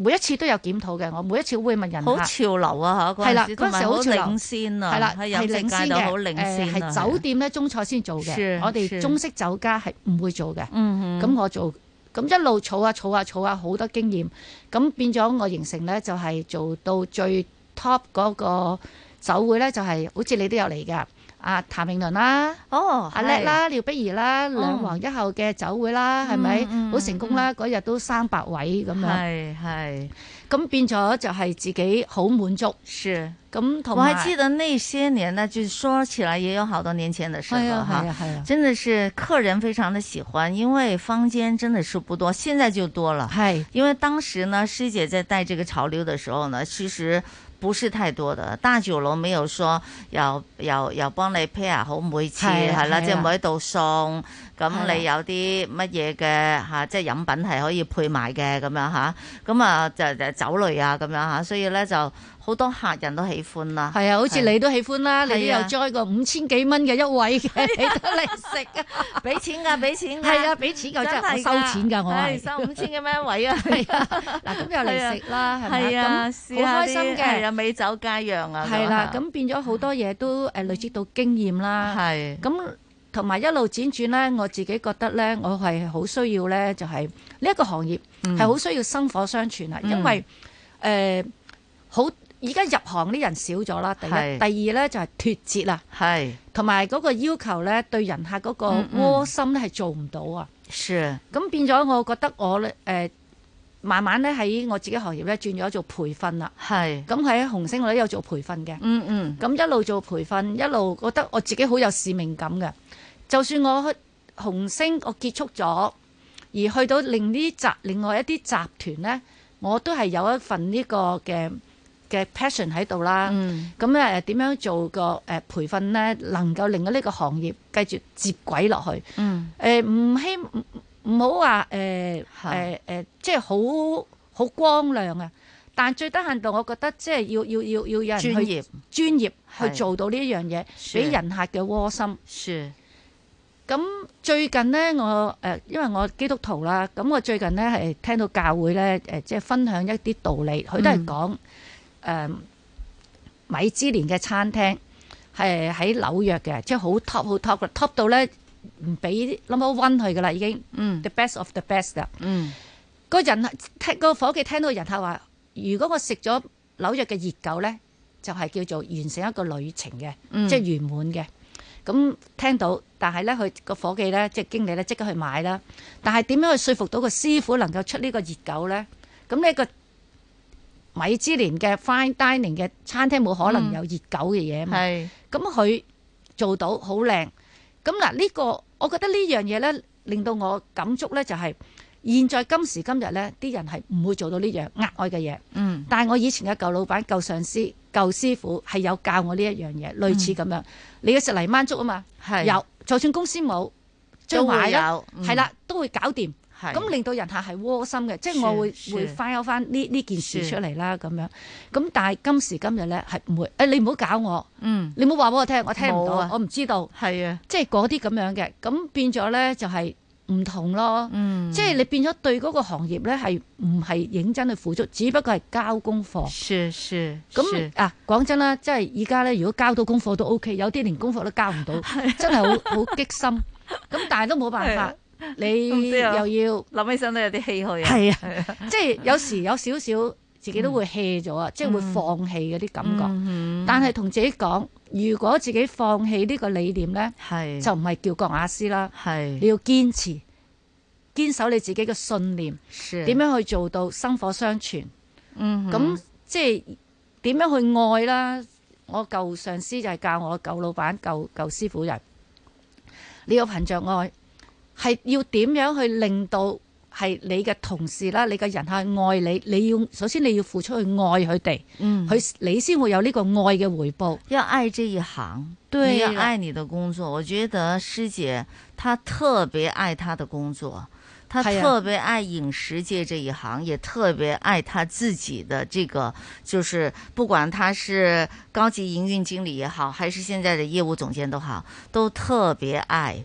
每一次都有檢討嘅，我每一次會問人客。 好潮流啊嚇！ 係啦， 嗰嗰陣時好潮流， 領先啊， 係啦， 喺飲食界度好領先係酒店咧中菜先做嘅，我哋中式酒家係唔會做嘅。 嗯咁我做，咁一路儲下儲下儲下好多經驗，咁變咗我形成咧就係做到最 top 嗰個酒會咧，就係好似你都有嚟㗎。阿譚詠麟啦， 哦， 阿叻啦，廖碧兒啦，兩皇一后嘅酒會啦，係咪好成功啦？嗰日都三百位咁樣， 係係， 咁變咗就係自己好滿足。 是， 咁同我還記得那些年呢，就是說起來也有好多年前的事了哈，真的是客人非常的喜歡，因為坊間真的是不多，現在就多了。 係， 因為當時呢，師姐在帶這個潮流的時候呢，其實不是太多的，大酒樓沒有說又又又幫你 pair 好每次係啦，即係每一道餸，咁你有啲乜嘢嘅嚇，即係飲品係可以配埋嘅咁樣嚇，咁啊就就酒類啊咁樣嚇，所以咧就好多客人都喜歡啦。 係啊，好似你都喜歡啦，你都有 join 個五千幾蚊嘅一位嘅，你都嚟食啊， 俾錢㗎，俾錢㗎， 係啊，俾錢㗎，真係我收錢㗎，我係收五千幾蚊一位啊， 係啊，嗱咁又嚟食啦，係咪啊？咁好開心嘅， 係啊，美酒佳釀啊， 係啦，咁變咗好多嘢都誒累積到經驗啦， 係咁同埋一路輾轉咧，我自己覺得咧，我係好需要咧，就係呢一個行業係好需要生火相傳啊，因為誒好。而家入行啲人少咗啦，第一，第二咧就係脫節啦， 係， 同埋嗰個要求咧對人客嗰個窩心咧係做唔到啊， 是， 咁變咗我覺得我咧誒慢慢咧喺我自己行業咧轉咗做培訓啦， 係， 咁喺紅星我都有做培訓嘅， 嗯嗯， 咁一路做培訓，一路覺得我自己好有使命感嘅，就算我去紅星我結束咗，而去到另呢集另外一啲集團咧，我都係有一份呢個嘅嘅 passion 喺度啦，咁誒點樣做個誒培訓咧，能夠令到呢個行業繼續接軌落去。誒唔希唔唔好話誒誒誒，即係好好光亮啊！但最低限度，我覺得即係要要要要有人去專業專業去做到呢一樣嘢，俾人客嘅窩心。 是。 咁最近咧，我誒因為我基督徒啦，咁我最近咧係聽到教會咧誒，即係分享一啲道理，佢都係講。誒、嗯、米芝蓮嘅餐廳係喺紐約嘅，即係好 top 好 top 嘅 top 到咧唔俾 number one 去噶啦，已經。嗯。The best of the best 啦。嗯。個人聽個夥計聽到人客話，如果我食咗紐約嘅熱狗咧，就係、是、叫做完成一個旅程嘅，嗯、即係圓滿嘅。咁聽到，但係咧佢個夥計咧，即係經理咧，即刻去買啦。但係點樣去說服到個師傅能夠出呢個熱狗咧？咁呢個米芝蓮嘅 fine dining 嘅餐廳冇可能有熱狗嘅嘢嘛？係、嗯，咁佢做到好靚。咁嗱呢個，我覺得呢樣嘢咧，令到我感觸咧，就係現在今時今日咧，啲人係唔會做到呢樣額外嘅嘢。嗯。但係我以前嘅舊老闆、舊上司、舊師傅係有教我呢一樣嘢，類似咁樣。嗯、你要食泥鯭粥啊嘛？係。有，就算公司冇，都會有。係啦、嗯，都會搞掂。咁令到人客係窩心嘅，即係我會會 find 翻呢呢件事出嚟啦咁樣。咁但係今時今日咧係唔會，誒、哎、你唔好搞我，嗯，你唔好話俾我聽，我聽唔到，啊、我唔知道，係啊，即係嗰啲咁樣嘅，咁變咗咧就係唔同咯，嗯，即係你變咗對嗰個行業咧係唔係認真去付出，只不過係交功課，是是，咁啊講真啦，即係而家咧，如果交到功課都 OK，有啲連功課都交唔到，真係好好激心，咁但係都冇辦法。你又要諗起身都有啲唏噓啊！ 係啊，即係有時有少少自己都會 hea 咗啊，即係會放棄嗰啲感覺。嗯、但係同自己講，如果自己放棄呢個理念咧，係就唔係叫郭雅詩啦。係你要堅持，堅守你自己嘅信念，點樣去做到薪火相傳？嗯，咁即係點樣去愛啦？我舊上司就係教我舊老闆、舊舊師傅人，你要憑着愛。係要點樣去令到係你嘅同事啦，你嘅人客愛你，你要首先你要付出去愛佢哋，嗯，佢你先會有呢個愛嘅回報。 要愛這一行，對，你要愛你的工作。我覺得師姐她特別愛她的工作，她特別愛飲食界這一行，也特別愛她自己的這個，就是不管她是高級營運經理也好，還是現在的業務總監都好，都特別愛。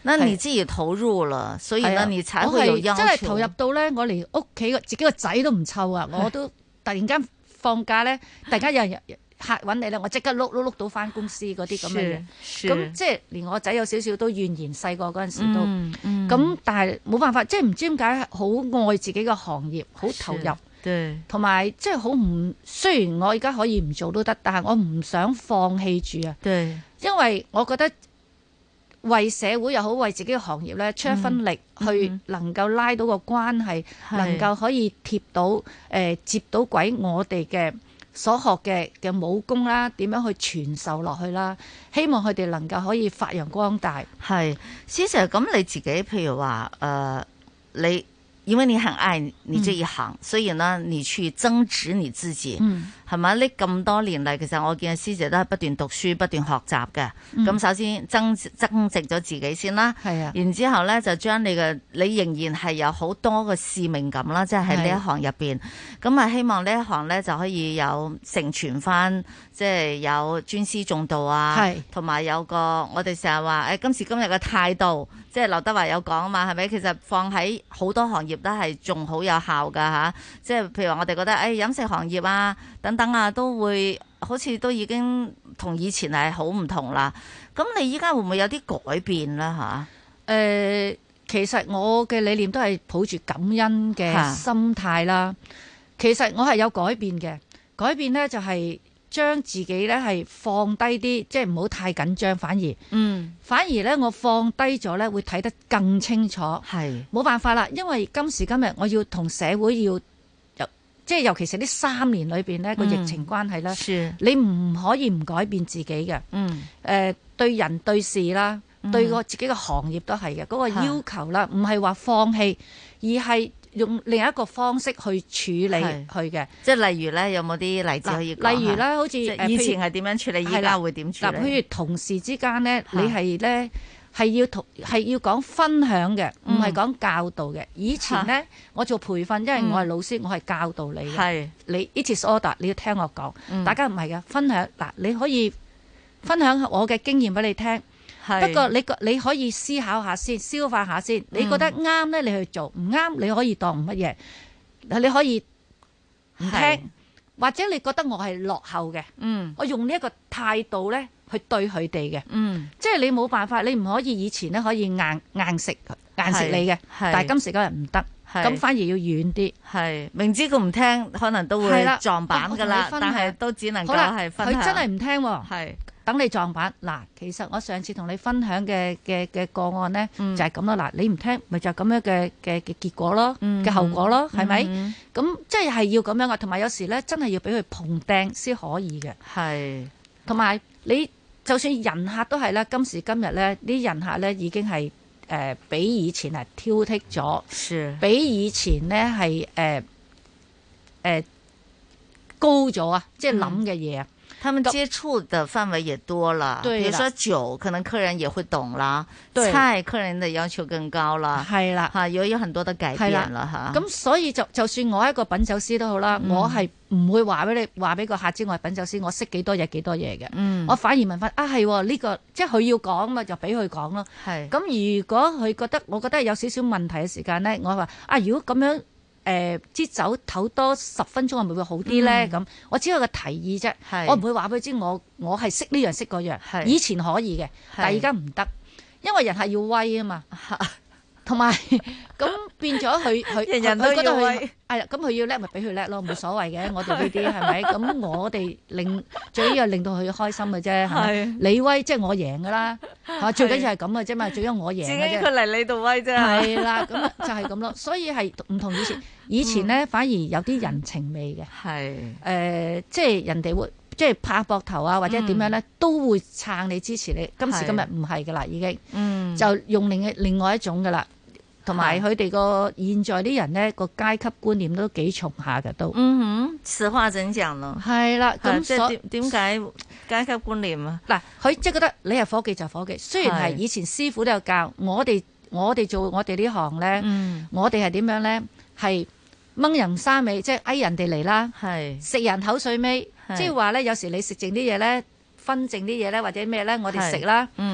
那你自己投入了，所以呢，你才會有要求。 真係投入到咧，我連屋企個自己個仔都唔湊啊！我都突然間放假咧，突然間有人客揾你咧，我即刻碌碌碌到翻公司嗰啲咁嘅嘢。咁即係連我仔有少少都怨言，細個嗰陣時都。咁、嗯嗯、但係冇辦法，即係唔知點解好愛自己個行業，好投入。同埋即係好唔，雖然我而家可以唔做都得，但係我唔想放棄住啊。對，因為我覺得為社會又好，為自己嘅行業咧出一分力，嗯、去能夠拉到個關係，嗯、能夠可以貼到誒、呃、接到軌我哋嘅所學嘅嘅武功啦，點樣去傳授落去啦？希望佢哋能夠可以發揚光大。係， 其實咁你自己，譬如話誒、呃、你。因為你很愛你這一行，嗯、所以呢，你去增值你自己，係咪、嗯？呢咁多年嚟，其實我見師姐都係不斷讀書、不斷學習嘅。咁、嗯、首先增增值咗自己先啦，係啊。然之後咧就將你嘅你仍然係有好多嘅使命感啦，即係喺呢一行入邊。咁啊，希望呢一行咧就可以有承傳翻，即係有尊師重道啊，同埋有，有個我哋成日話誒今時今日嘅態度。即係劉德華有講啊嘛，係咪？其實放喺好多行業都係仲好有效㗎吓。即係譬如話我哋覺得誒、哎、飲食行業啊等等啊，都會好似都已經同以前係好唔同啦。咁你依家會唔會有啲改變啦吓？誒、 呃，其實我嘅理念都係抱住感恩嘅心態啦。其實我係有改變嘅，改變咧就係、是。將自己咧係放低啲，即係唔好太緊張，反而，嗯，反而咧我放低咗咧會睇得更清楚，係冇辦法啦，因為今時今日我要同社會要，即係尤其是呢三年裏邊呢個疫情關係咧，你唔可以唔改變自己嘅，嗯，誒、呃、對人對事啦，嗯、對個自己嘅行業都係嘅，嗰、嗰個要求啦，唔係話放棄，而係。用另一個方式去處理佢嘅， 即係例如咧，有冇啲例子可以講？ 例如咧，好似以前係點樣處理，依家會點處理？ 嗱，譬如同事之間咧，你係咧係要同係要講分享嘅，唔係講教導嘅。以前咧，我做培訓，因為我係老師，我係教導你嘅。係你 it is order，你要聽我講。大家唔係嘅，分享嗱，你可以分享我嘅經驗俾你聽。不過你個你可以思考下先，消化下先。你覺得啱咧，你去做；唔啱，你可以當唔乜嘢。你可以唔聽，或者你覺得我係落後嘅。嗯，我用呢一個態度咧去對佢哋嘅。嗯，即係你冇辦法，你唔可以以前咧可以硬硬食硬食你嘅，但係今時今日唔得，咁反而要軟啲。係明知佢唔聽，可能都會撞板㗎啦。但係都只能夠係分享。 佢真係唔聽喎。係。等你撞板嗱，其實我上次同你分享嘅嘅嘅個案呢，嗯、就係咁咯。嗱，你唔聽，咪就係咁樣嘅嘅嘅結果咯，嘅、嗯、後果咯，係咪、嗯？咁即係係要咁樣噶，同埋有時呢，真係要俾佢碰釘先可以嘅。係，同埋你就算人客都係啦，今時今日呢啲人客呢已經係誒、呃、比以前係挑剔咗，是比以前呢係誒誒高咗啊！即係諗嘅嘢啊。 他們接觸的範圍也多了，對，比如說酒，可能客人也會懂啦，菜客人的要求更高啦，係啦，吓有有很多的改變啦，吓。咁所以就就算我係一個品酒師都好啦，嗯、我係唔會話俾你話俾個客知我係品酒師，我識幾多嘢幾多嘢嘅，嗯、我反而問翻啊係呢、這個，即係佢要講嘛，就俾佢講咯。係咁是，如果佢覺得我覺得有少少問題嘅時間咧，我話啊，如果咁樣。誒支酒唞多十分鐘係咪會好啲咧？咁、嗯、我只有個提議啫，是我唔會話俾佢知我我係識呢樣識嗰樣。是以前可以嘅，是但係而家唔得，因為人係要威啊嘛。同埋咁變咗佢佢人人都要威。 係啦，咁佢要叻咪俾佢叻咯，冇所謂嘅。我哋呢啲係咪？咁我哋令最緊要令到佢開心嘅啫，係咪？你威即係我贏噶啦，嚇最緊要係咁嘅啫嘛，最緊要我贏嘅啫。 自己佢嚟你度威啫。 係啦，咁就係咁咯。所以係唔同以前，以前咧反而有啲人情味嘅。係誒，即係人哋會即係拍膊頭啊，或者點樣咧，都會撐你支持你。今時今日唔係噶啦，已經，嗯，就用另另外一種噶啦。同埋佢哋個現在啲人咧個階級觀念都幾重下嘅都。 嗯哼，此話怎講咯？ 係啦，咁即係點點解階級觀念啊？ 嗱，佢即係覺得你係伙計就伙計，雖然係以前師傅都有教我哋，我哋做我哋呢行咧，嗯、我哋係點樣咧？係掹人衫尾，即係嗌人哋嚟啦，係食人口水尾，即係話咧，有時你食剩啲嘢咧，分剩啲嘢咧，或者咩咧，我哋食啦。嗯。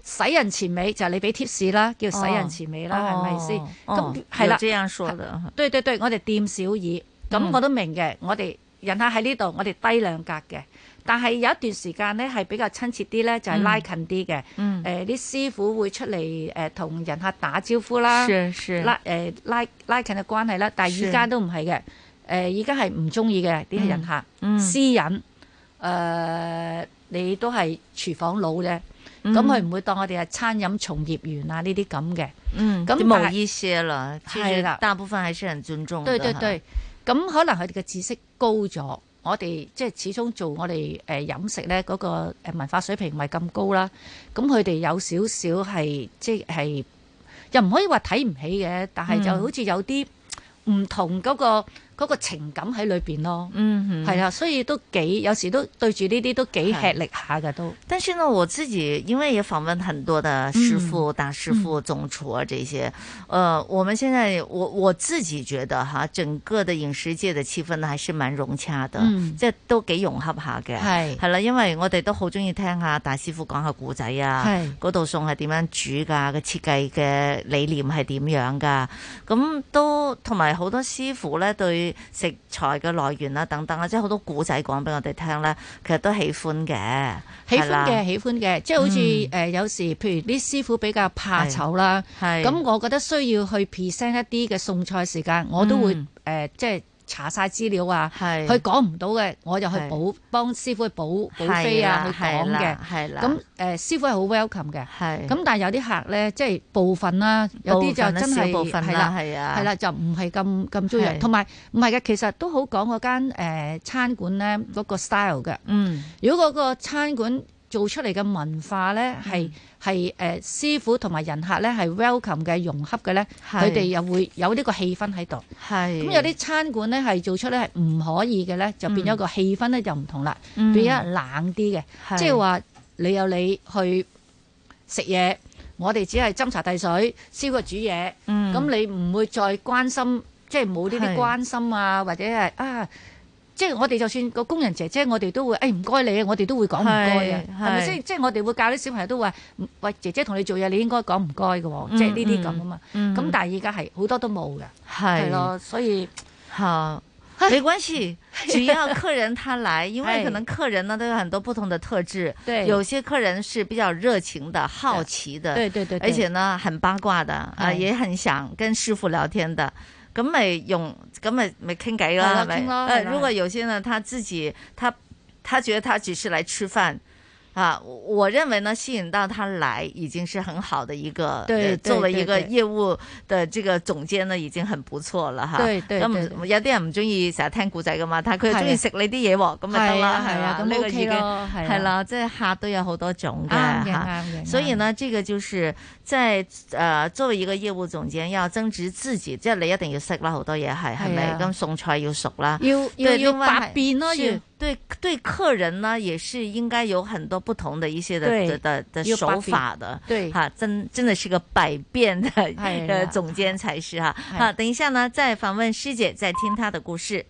洗人前尾就係你俾 tips 啦，叫洗人前尾啦，係咪先？咁係啦， 這樣說的。 對對對，我哋店小二，咁我都明嘅。我哋人客喺呢度，我哋低兩格嘅。但係有一段時間咧，係比較親切啲咧，就係、是、拉近啲嘅。誒、嗯，啲、呃、師傅會出嚟誒同人客打招呼啦， 是是拉誒、呃、拉拉近嘅關係啦。但係而家都唔係嘅，誒而家係唔中意嘅啲人客，嗯、私隱誒、呃、你都係廚房佬啫，咁佢唔會當我哋係餐飲從業員啊呢啲咁嘅。嗯，咁冇意思啦，係啦，大部分還是很尊重。 對對對，咁可能佢哋嘅知識高咗。我哋即係始終做我哋誒飲食咧，嗰個誒文化水平唔係咁高啦。咁佢哋有少少係即係又唔可以話睇唔起嘅，但係就好似有啲唔同嗰個嗰個情感喺裏邊咯。嗯，係啊，所以都幾有時都對住呢啲都幾吃力下嘅都。 但是呢，我自己因為也訪問很多的師傅、嗯、大師傅、總廚啊這些，呃，我們現在我我自己覺得哈，整個的飲食界的氣氛呢，還是蠻融洽的，嗯、即係都幾融洽下嘅。係係啦，因為我哋都好中意聽下大師傅講下故仔啊，嗰道餸係點樣煮噶，個設計嘅理念係點樣噶，咁都同埋好多師傅咧對食材嘅來源啊等等啊，即係好多古仔講俾我哋聽咧，其實都喜歡嘅， 喜歡嘅，喜歡嘅，即係好似誒、嗯呃、有時譬如啲師傅比較怕醜啦，咁我覺得需要去 present 一啲嘅餸菜時間，我都會誒、嗯呃、即係。查晒資料啊，佢講唔到嘅，我就去補幫師傅去補補飛啊，去講嘅。係啦，咁誒、呃、師傅係好 welcome 嘅。係，咁但係有啲客咧，即係部分啦，有啲就真係係啦，係啊，係啦，就唔係咁咁中意。同埋唔係嘅，其實都好講嗰間誒餐館咧嗰個 style 嘅。嗯，如果嗰個餐館做出嚟嘅文化咧係係誒師傅同埋人客咧係 welcome 嘅融洽嘅咧，佢哋又會有呢個氣氛喺度。係咁有啲餐館咧係做出咧係唔可以嘅咧，就變咗個氣氛咧就唔同啦，嗯、變咗冷啲嘅。即係話你有你去食嘢，我哋只係斟茶遞水、燒個煮嘢。咁、嗯、你唔會再關心，即係冇呢啲關心啊，或者係啊。即係我哋就算個工人姐姐，我哋都會誒唔該你，我哋都會講唔該嘅，係咪先？即係我哋會教啲小朋友都話，喂姐姐同你做嘢，你應該講唔該嘅喎，即係呢啲咁啊嘛。咁、嗯、但係而家係好多都冇嘅，係咯，所以好沒關係，只要客人他來，因為可能客人呢都有很多不同的特質，對，有些客人是比較熱情的、好奇的，對對對，而且呢很八卦的，啊、呃、也很想跟師傅聊天的。咁咪用咁咪咪傾偈啦，係咪？呃，如果有些呢，他自己他他覺得他只是來吃飯。啊，我認為呢，吸引到他來已經是很好的一個，對，作為一個業務的這個總監呢，已經很不錯了哈。對對，咁有啲人唔中意成日聽故仔噶嘛，但係佢中意食你啲嘢喎，咁咪得啦，係啊，咁呢個已經係啦，即係客都有好多種嘅吓，所以呢，這個就是在誒作為一個業務總監要增值自己，即係你一定要識啦，好多嘢係係咪？咁餸菜要熟啦，要要要百變咯，要。對對，客人呢也是應該有很多不同的一些的的的的手法的，對哈，真真的是個百變的呃總監才是哈。好，等一下呢再訪問師姐，再聽她的故事。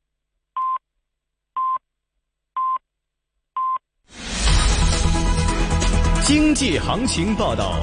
經濟行情報道。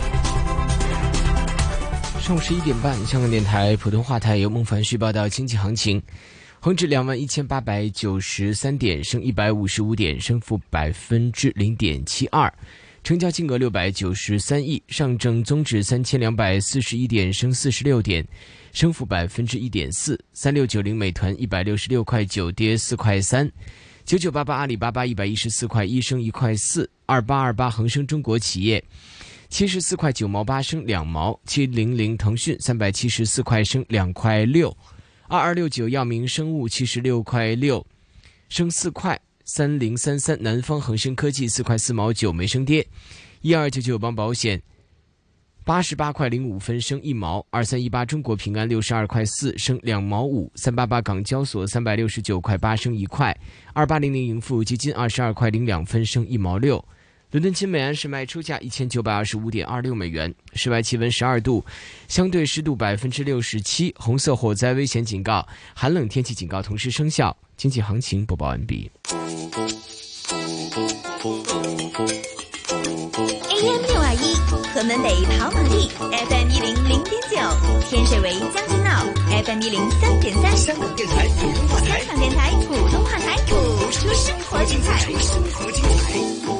上午十一點半，香港電台普通話台由孟凡旭報道經濟行情。恒指兩萬一千八百九十三點，升一百五十五點，升幅百分之零點七二，成交金額六百九十三億。上證綜指三千兩百四十一點，升四十六點，升幅百分之一點四。三六九零美團一百六十六塊九，跌四塊三。九九八八阿里巴巴一百一十四塊一，升一塊四。二八二八恒生中國企業七十四塊九毛八，升兩毛。七零零騰訊三百七十四塊，升兩塊六。二二六九藥明生物七十六塊六，升四塊。三零三三南方恒生科技四塊四毛九，沒升跌。一二九九友邦保險八十八塊零五分，升一毛。二三一八中國平安六十二塊四，升兩毛五。三八八港交所三百六十九塊八，升一塊。二八零零盈富基金二十二塊零兩分，升一毛六。倫敦金每安士賣出價一千九百二十五點二六美元。室外氣溫十二度，相對濕度百分之六十七，紅色火災危險警告、寒冷天氣警告同時生效。經濟行情播報完畢。 A M 六二一，河门北跑马地 F M 一零零点九，天水围将军澳 F M 一零三点三，香港电台普通话台，香港电台普通话台，谱出生活精彩，生活精彩。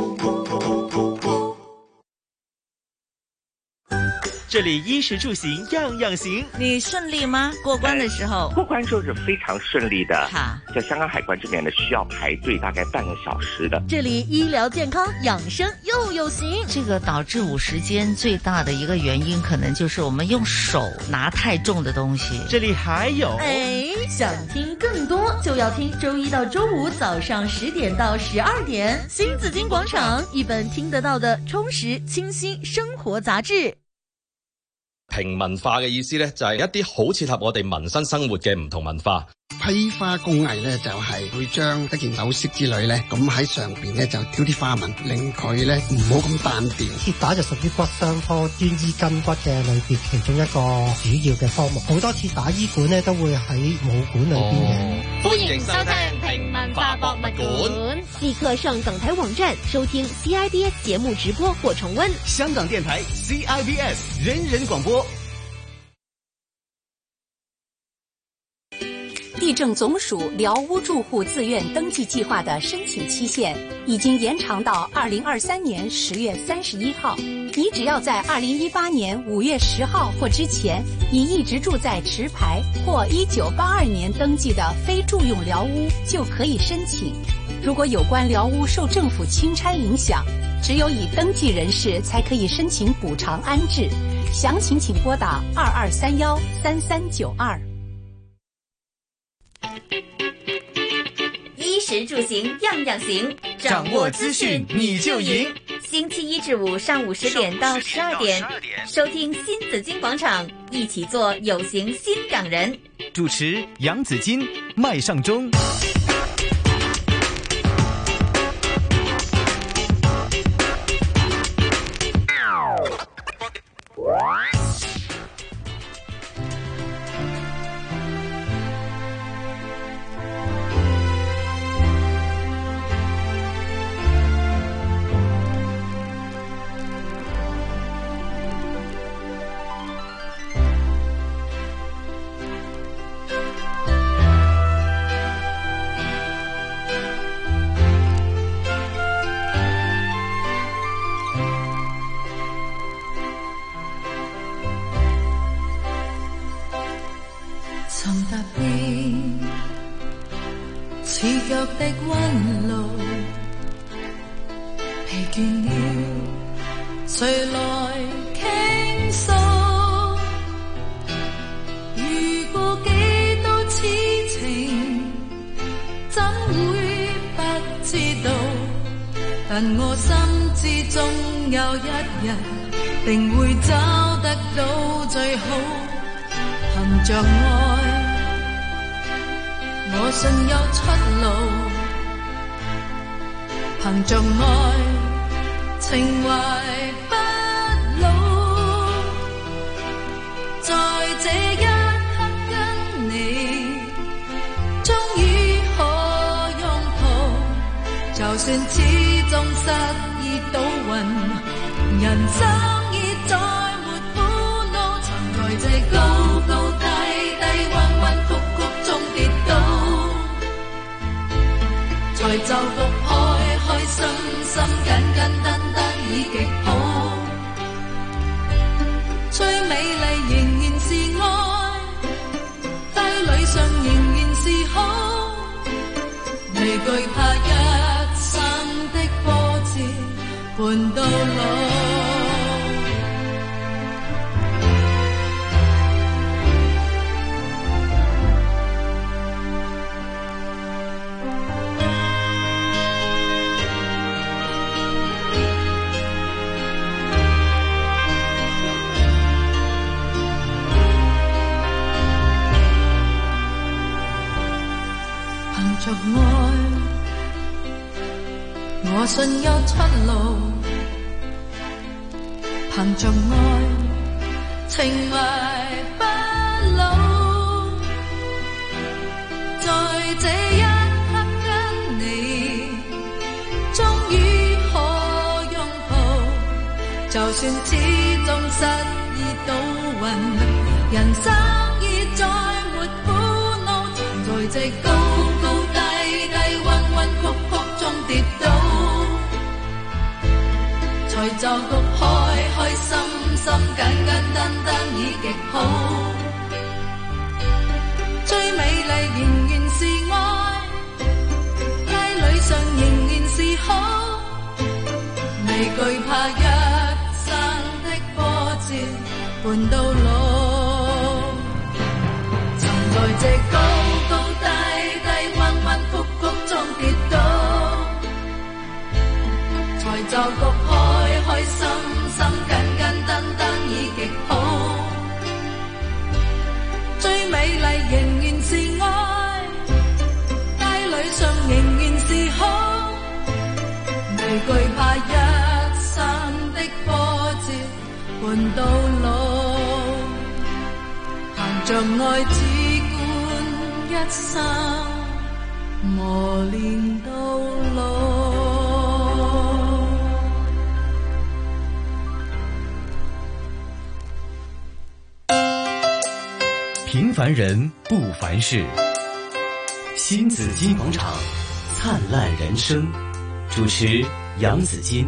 这里衣食住行样样行， 你顺利吗？过关的时候， 过关就是非常顺利的。哈，在香港海关这边呢，需要排队大概半个小时的。 这里医疗健康养生又有型。 这个导致五十肩最大的一个原因，可能就是我们用手拿太重的东西。 这里还有， 哎，想听更多就要听周一到周五早上十點到十二點，新紫荊廣場一本聽得到的充實清新生活雜誌。 平民化嘅意思咧，就係一啲好切合我哋民生生活嘅唔同文化。 批花工藝咧，就係會將一件首飾之類咧，咁喺上邊咧就挑啲花紋，令佢咧唔好咁單調。 跌打就屬於骨傷科專醫筋骨嘅類別其中一個主要嘅科目。好多次打醫館咧都會喺武館裏邊嘅。 哦、歡迎收聽平民化博物館，立刻上港台網站收聽 C I B S 節目直播或重溫。 香港電台 C I B S 人人廣播。 地政總署寮屋住戶自願登記計劃的申請期限已經延長到二零二三年十月三十一號。你只要在二零一八年五月十號或之前，你一直住在持牌或一九八二年登記的非住用寮屋，就可以申請。如果有關寮屋受政府侵拆影響，只有已登記人士才可以申請補償安置。詳情請撥打二二三幺三三九二。 衣食住行样样行， 掌握资讯你就赢。 星期一至五上午十点到十二点，收听新紫荊广场，一起做有型新港人。 主持杨紫金、麦尚中。 我信有出路，憑着愛，情懷不老。在這一刻跟你，終於可擁抱， 算始終失意倒運，人生已再沒苦惱，在這高高低低、彎彎曲曲中跌倒，才就局開開心心、簡簡單單已極好。最美麗仍然是愛，街裏上仍然是好，未懼怕一生的波折伴到老。曾在這高高低低、彎彎曲曲中跌倒，才就局開開心心、簡簡單單已極好。最美麗仍然是愛，街裏上仍然是好，未懼怕一生的波折伴到老。行着愛只管一生磨練到老。 平凡人不凡事，新紫金广场，灿烂人生。主持杨紫金。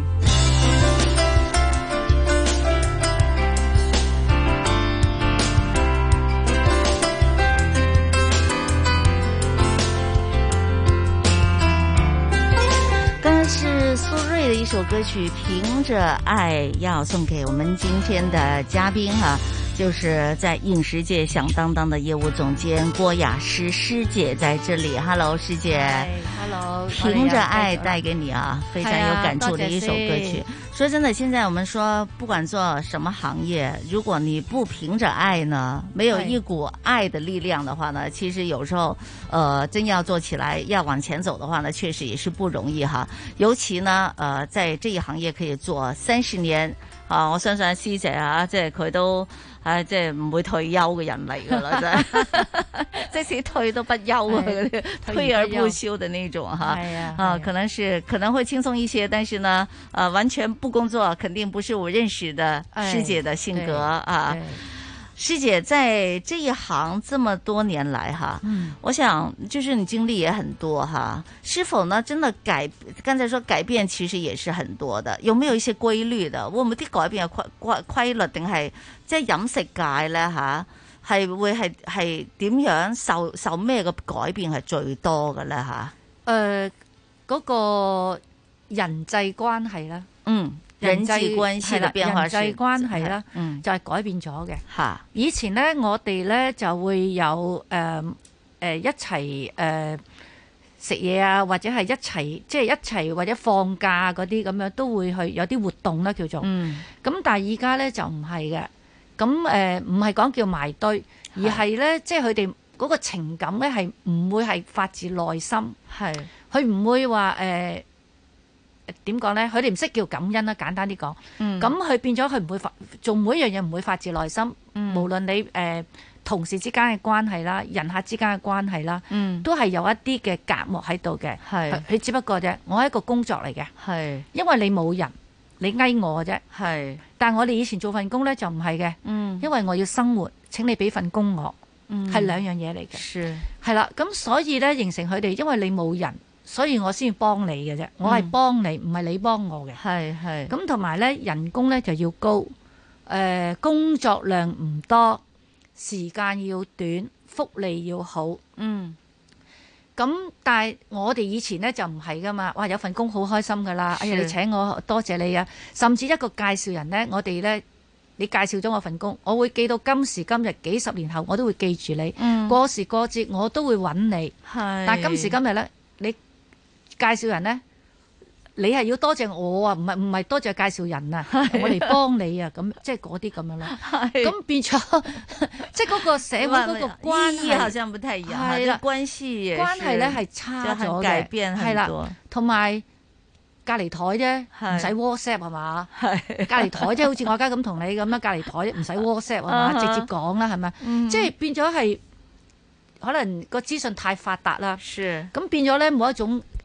刚刚是苏芮的一首歌曲《凭着爱》，要送给我们今天的嘉宾哈。就是在饮食界响当当的业务总监郭雅诗师姐在这里 ，Hello 师姐 ，Hello， 凭着爱带给你啊，非常有感触的一首歌曲。说真的，现在我们说不管做什么行业，如果你不凭着爱呢，没有一股爱的力量的话呢，其实有时候呃真要做起来要往前走的话呢，确实也是不容易哈。尤其呢呃在这一行业可以做三十年。啊！我相信阿師姐啊，即係佢都啊，即係唔會退休嘅人嚟㗎啦，真係，即使退都不休啊，退而不休的那種哈。 係啊， 啊，可能是可能會輕鬆一些，但是呢，呃，完全不工作，肯定不是我認識的師姐的性格啊。師姐在這一行這麼多年來哈，嗯，我想就是你經歷也很多哈，是否呢真的改？剛才說改變其實也是很多的，有沒有一些規律的？會唔會啲改變係規規規律定係即係飲食界咧吓？係會係係點樣受受咩嘅改變係最多嘅咧吓？ 誒、呃，嗰、那個人際關係啦，嗯。 人際關係嘅變化， 人際關係啦， 嗯， 就係改變咗嘅。 嚇！ 以前咧，我哋咧就會有誒誒、呃呃、一齊誒食嘢啊，或者係一齊即係一齊或者放假嗰啲咁樣，都會去有啲活動啦，叫做。嗯。咁但係而家咧就唔係嘅。咁誒唔係講叫埋堆，而係咧即係佢哋嗰個情感咧係唔會係發自內心。係。佢唔會話誒。呃點講咧？佢哋唔識叫感恩啦，簡單啲講。咁、嗯、佢變咗，佢唔會發做每一樣嘢，唔會發自內心。嗯、無論你誒、呃、同事之間嘅關係啦，人客之間嘅關係啦，嗯、都係有一啲嘅隔膜喺度嘅。係佢只不過啫，我係一個工作嚟嘅。係因為你冇人，你翳我啫。係，但係我哋以前做份工咧就唔係嘅。嗯，因為我要生活，請你俾份工我。嗯，係兩樣嘢嚟嘅。是係啦，咁所以咧形成佢哋，因為你冇人。所以我先要幫你嘅啫，我係幫你，唔係你幫我嘅。係係。咁同埋咧，人工咧就要高，誒、呃、工作量唔多，時間要短，福利要好。嗯。咁但係我哋以前咧就唔係噶嘛，哇有份工好開心噶啦，哎呀你請我多謝你啊，甚至一個介紹人咧，我哋咧你介紹咗我份工，我會記到今時今日幾十年後我都會記住你。嗯。過時過節我都會揾你。係。但係今時今日咧，你介紹人咧，你係要多謝我啊，唔係唔係多謝介紹人啊，我嚟幫你啊，咁即係嗰啲咁樣咯。咁變咗，即係嗰個社會嗰個關係，好像不太一樣。係啦，關係關係咧係差咗嘅，係啦，同埋隔離台啫，唔使 WhatsApp 係嘛？係隔離台啫，好似我而家咁同你咁啦，隔離台唔使 WhatsApp 係嘛，直接講啦係咪？即係變咗係可能個資訊太發達啦，咁變咗咧冇一種。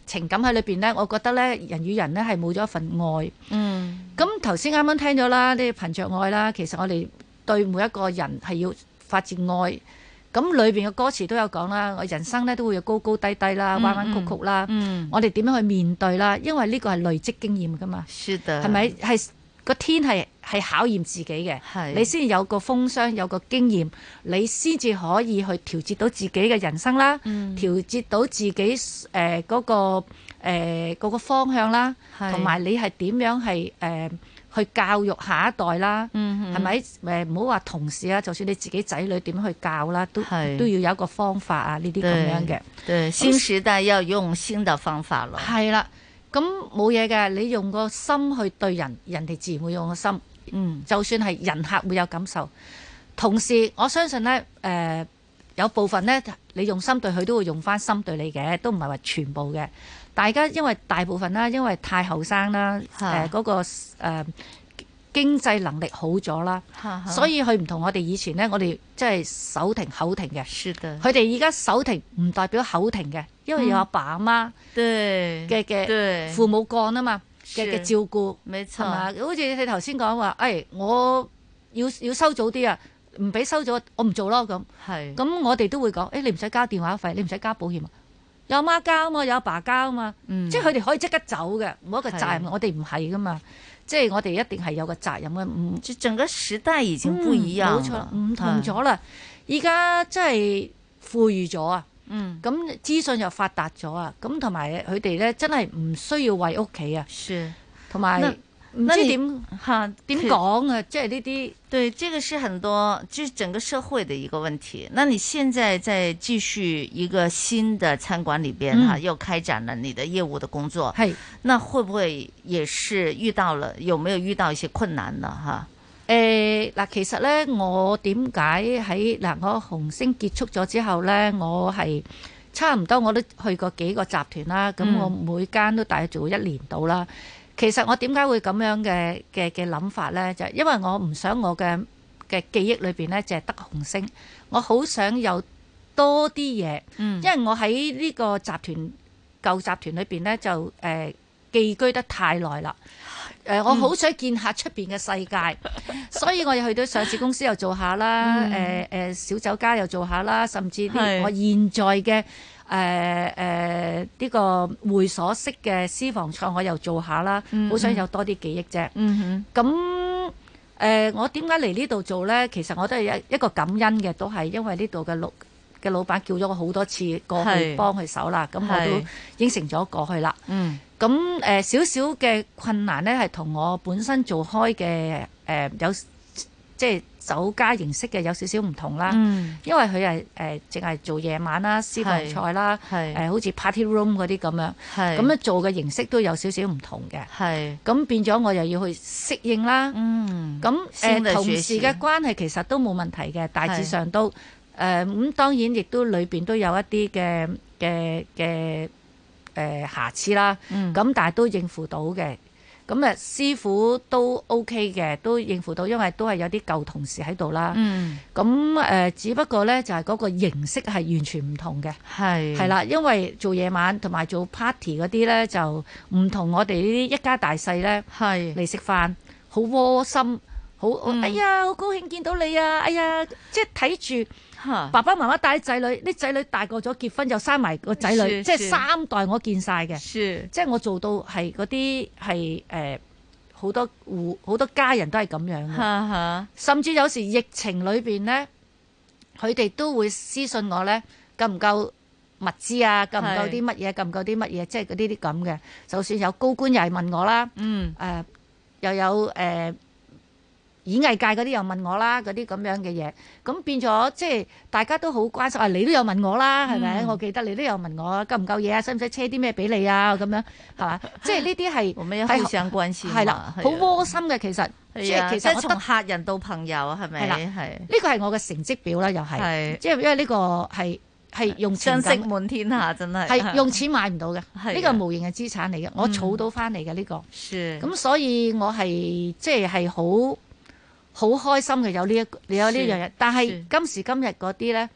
情感喺裏邊咧，我覺得咧人與人咧係冇咗一份愛。 嗯， 咁頭先啱啱聽咗啦，呢憑着愛啦，其實我哋對每一個人係要發自愛。咁裏邊嘅歌詞都有講啦，我人生咧都會有高高低低啦，彎彎曲曲啦。嗯，我哋點樣去面對啦？因為呢個係累積經驗噶嘛。 是的。係咪係個天係係考驗自己嘅？係。你先有個風霜，有個經驗，你先至可以去調節到自己嘅人生啦。嗯。調節到自己誒嗰、呃嗰個誒、呃嗰個方向啦，同埋你係點樣係誒？呃去教育下一代啦，係咪？誒唔好話同事啊，就算你自己仔女點樣去教啦，都都要有一個方法啊，呢啲咁樣嘅。 對，新時代要用新的方法咯。 係啦，咁冇嘢嘅，你用個心去對人，人哋自然會用個心。嗯，就算係人客會有感受。同時，我相信咧，誒、呃、有部分咧，你用心對佢，都會用翻心對你嘅，都唔係話全部嘅。大家因為大部分啦，因為太後生啦，誒嗰、呃那個誒、呃、經濟能力好咗啦，所以佢唔同我哋以前咧，我哋即係手停口停嘅。是的，佢哋而家手停唔代表口停嘅，因為有阿爸阿媽嘅嘅父母幹啊嘛嘅嘅照顧， 冇錯， 係嘛？好似你頭先講話，誒、哎、我要要收早啲啊，唔俾收早，我唔做咯咁。係，咁我哋都會講，誒、哎、你唔使交電話費，你唔使交保險啊。有阿媽交啊嘛，有阿爸交啊嘛，嗯、即係佢哋可以即刻走嘅，冇一個責任。我哋唔係噶嘛，即係我哋一定係有個責任嘅。唔，即整個時代已經不一樣，冇錯、嗯，唔同咗啦。而家真係富裕咗啊，咁、嗯、資訊又發達咗啊，咁同埋佢哋咧真係唔需要為屋企啊，同埋。唔知點嚇點講啊！即係呢啲， 對，這個是很多，就是整個社會的一個問題。那你現在在繼續一個新的餐館裏邊哈、嗯，又開展了你的業務的工作，係，那會不會也是遇到了？有沒有遇到一些困難呢？哈？ 誒嗱，其實咧，我點解喺嗱我紅星結束咗之後咧，我係差唔多我都去過幾個集團啦，咁、嗯、我每間都大約做一年到啦。其實我點解會咁樣嘅嘅嘅諗法呢？就係、因為我唔想我嘅嘅記憶裏邊呢，淨係得紅星，我好想有多啲嘢、嗯。因為我喺呢個集團舊集團裏邊呢，就誒、呃、寄居得太耐啦。誒、呃，我好想見下出邊嘅世界、嗯，所以我又去到上市公司又做下啦，誒、嗯、誒、呃、小酒家又做下啦，甚至啲我現在嘅。誒誒呢個會所式嘅私房菜我又做下啦，好、嗯、想有多啲記憶啫。咁、嗯、誒、呃，我點解嚟呢度做呢？其實我都係一一個感恩嘅，都係因為呢度嘅老嘅老闆叫咗我好多次過去幫佢手啦，咁我都應承咗過去啦。咁誒少少嘅困難呢，係同我本身做開嘅誒、呃、有即係。酒家形式嘅有少少唔同啦、嗯，因為佢係誒淨係做夜晚啦、私房菜啦，誒、呃、好似 party room 嗰啲咁樣，咁樣做嘅形式都有少少唔同嘅。咁變咗我又要去適應啦。咁、嗯、誒、呃、同事嘅關係其實都冇問題嘅，大致上都誒咁、呃、當然亦都裏邊都有一啲嘅嘅嘅誒瑕疵啦。咁、嗯、但係都應付到嘅。咁誒師傅都 OK 嘅，都應付到，因為都係有啲舊同事喺度啦。嗯。咁誒、呃，只不過咧就係、是、嗰個形式係完全唔同嘅。係。係啦，因為做夜晚同埋做 party 嗰啲咧就唔同我哋呢啲一家大細咧係嚟食飯，好窩心，好、嗯、哎呀好高興見到你啊！哎呀，即係睇住爸爸媽媽帶啲仔女，啲仔女大個咗結婚又生埋個仔女，即係三代我見晒嘅。即係我做到係嗰啲係誒好多戶好多家人都係咁樣嘅，甚至有時疫情裏邊咧，佢哋都會私信我咧，夠唔夠物資啊？夠唔夠啲乜嘢？夠唔夠啲乜嘢？即係嗰啲啲咁嘅。就算有高官又係問我啦，嗯，誒、呃、又有誒。呃演藝界嗰啲又問我啦，嗰啲咁樣嘅嘢，咁變咗即係大家都好關心啊！你都有問我啦，係咪、嗯？我記得你都有問我夠唔夠嘢啊？使唔使車啲咩俾你啊？咁樣係嘛？即係呢啲係係互相關心，係啦，好窩心嘅其實。即係其實我從客人到朋友係咪？係啦，係呢個係我嘅成績表啦，又係。即係因為呢個係係用錢相識滿天下，真係係用錢買唔到嘅，呢、呢個無形嘅資產嚟嘅，我儲到翻嚟嘅呢個。咁、嗯、所以我係即係係好。好開心嘅有呢一有呢樣嘢，但係今時今日嗰啲咧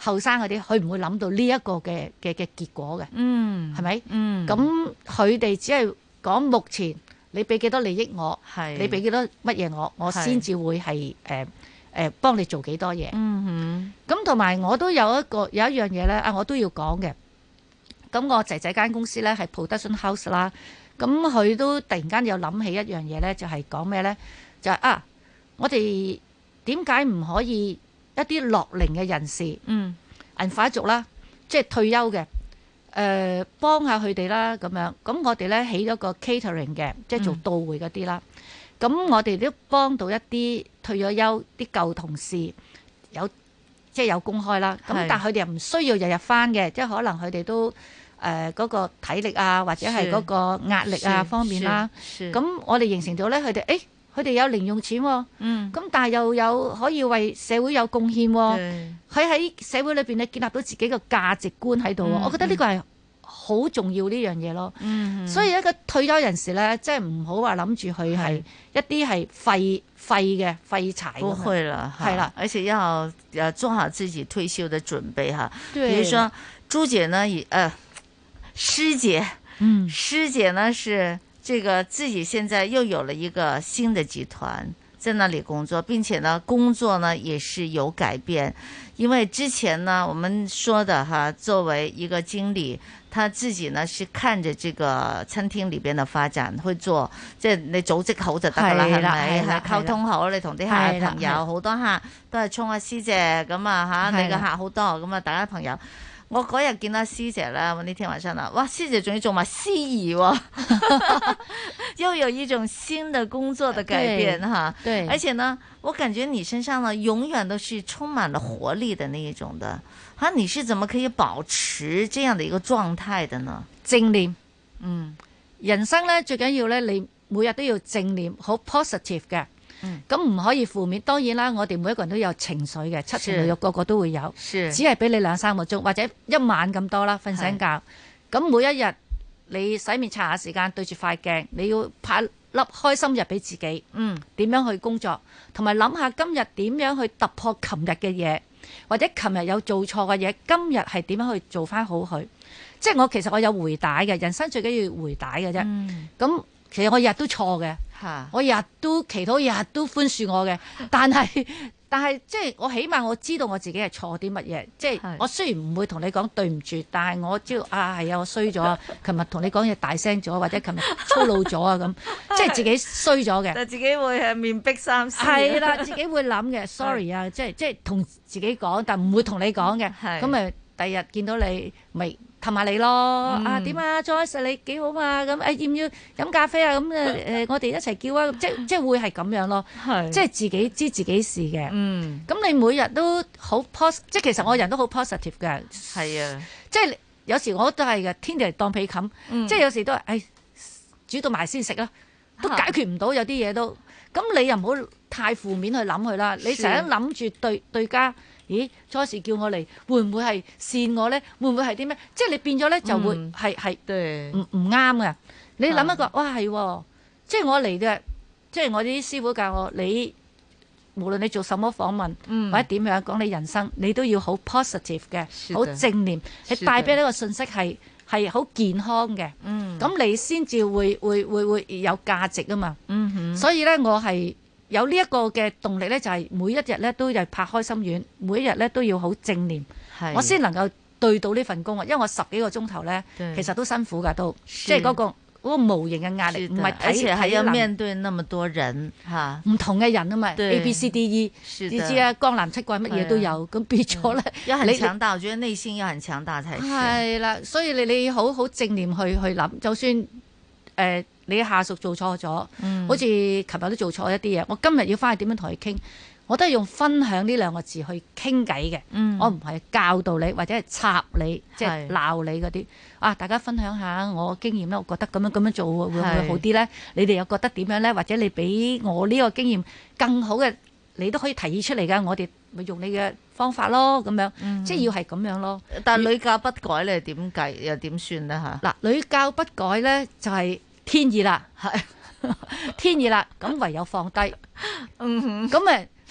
後生嗰啲，佢唔會諗到呢一個嘅嘅嘅結果嘅， 嗯， 係咪？ 嗯， 咁佢哋只係講目前你俾幾多利益我， 係你俾幾多乜嘢我，我先至會係誒誒幫你做幾多嘢。 嗯哼，咁同埋我都有一個有一樣嘢咧，啊我都要講嘅。咁我仔仔間公司咧係 Production House 啦，咁佢都突然間有諗起一樣嘢咧，就係講咩咧？就係、是、啊，我哋點解唔可以一啲樂齡嘅人士， 嗯， 銀髮族啦，即係退休嘅，誒、呃、幫下佢哋啦咁樣。咁我哋咧起咗個 catering 嘅，即係做到會嗰啲啦。咁、嗯、我哋都幫到一啲退咗休啲舊同事，有即係有公開啦。咁但係佢哋又唔需要日日返嘅，即係可能佢哋都誒嗰、呃那個體力啊，或者係嗰個壓力啊方面啦。咁我哋形成到咧，佢哋誒。佢哋有零用錢喎、哦，咁、嗯、但係又有可以為社會有貢獻喎、哦，佢喺社會裏邊咧建立到自己嘅價值觀喺度、嗯，我覺得呢個係好重要呢樣嘢咯。嗯、所以一個退休人士咧，即係唔好話諗住佢係一啲係廢廢嘅廢柴。 不會啦， 係啦， 而且要要做好自己退休的準備哈。比如說朱姐呢，誒、呃，師姐，嗯，師姐呢是。這個自己現在又有了一個新的集團在那裏工作，並且呢工作呢也是有改變，因為之前呢我們說的哈，作為一個經理，他自己呢是看着這個餐廳裏邊的發展，會做即係你組織好就得噶啦，係咪？係溝通好，你同啲客朋友好多客都係衝阿師姐咁啊吓，你個客好多咁啊，大家朋友。我嗰日見到師姐啦，我那天晚上啦，哇，師姐仲要做埋司儀喎，又有一種新的工作的改變哈。對，而且呢，我感覺你身上呢，永遠都是充滿了活力的那一種的。哈，你是怎麼可以保持這樣的一個狀態的呢？ 正念， 嗯， 人生呢最緊要呢，你每日都要正念，好 positive 嘅。咁、嗯、唔可以負面，當然啦，我哋每一個人都有情緒嘅，七情六欲個個都會有，只係俾你兩三個鐘或者一晚咁多啦，瞓醒覺。咁每一日你洗面刷牙時間對住塊鏡，你要拍粒開心日俾自己。嗯，點樣去工作，同埋諗下今日點樣去突破琴日嘅嘢，或者琴日有做錯嘅嘢，今日係點樣去做翻好佢。即係我其實我有回帶嘅，人生最緊要回帶嘅啫。咁、嗯。其實我日日都錯嘅，我日日都祈禱，日日都寬恕我嘅。但係但係即係我起碼我知道我自己係錯啲乜嘢。即係我雖然唔會同你講對唔住，但係我知道啊係啊我衰咗，琴日同你講嘢大聲咗，或者琴日粗魯咗啊咁，即係自己衰咗嘅。 但自己會係面壁三思。 係啦，自己會諗嘅，sorry 啊，即係即係同自己講，但唔會同你講嘅。咁咪第日見到你咪。氹下你咯，嗯、啊點啊 Joyce 你幾好嘛？咁誒要唔要飲咖啡啊？咁誒誒我哋一齊叫啊！即即會係咁樣咯，即係自己知自己事嘅。嗯，咁你每日都好 positive，即係其實我人都好 positive 嘅。 係啊， 即係有時我都係嘅，天地嚟當被冚，嗯、即係有時都係誒、哎、煮到埋先食啦，都解決唔到有啲嘢都。咁你又唔好太負面去諗佢啦，你成日諗住對對家。咦，初時叫我嚟，會唔會係扇我咧？會唔會係啲咩？即係你變咗咧，就會係係唔唔啱嘅。你諗一個，哇係，即係我嚟嘅，即係我啲師傅教我，你無論你做什麼訪問、嗯、或者點樣講你人生，你都要好 positive 嘅，好正念，你帶俾呢個信息係係好健康嘅。咁、嗯、你先至會會會會有價值啊嘛。嗯哼，所以咧，我係。有呢一個嘅動力咧，就係每一日咧都係拍開心丸，每一日咧都要好正念，我先能夠對到呢份工啊！因為我十幾個鐘頭咧，其實都辛苦㗎，都即係嗰個嗰個無形嘅壓力，唔係睇而且還要面對那麼多人嚇， 唔同嘅人啊嘛 ，A B C D E， 你知啊，江南七怪乜嘢都有，咁變咗咧， 要很強大，我覺得內心要很強大才係啦，所以你你好好正念去去諗，就算誒。呃你下屬做錯咗、嗯，好似琴日都做錯一啲嘢，我今日要翻去點樣同佢傾，我都係用分享呢兩個字去傾偈嘅，我唔係教導你或者係插你，即係鬧你嗰啲。啊，大家分享下我經驗啦，我覺得咁樣咁樣做會唔會好啲咧？你哋又覺得點樣咧？或者你俾我呢個經驗更好嘅，你都可以提議出嚟㗎。我哋咪用你嘅方法咯，咁樣，嗯、即係要係咁樣咯。 但係屢教不改咧，點計又點算咧嚇？ 嗱，屢教不改咧就係、是。天意啦，係天意啦，咁唯有放低。嗯哼，咁誒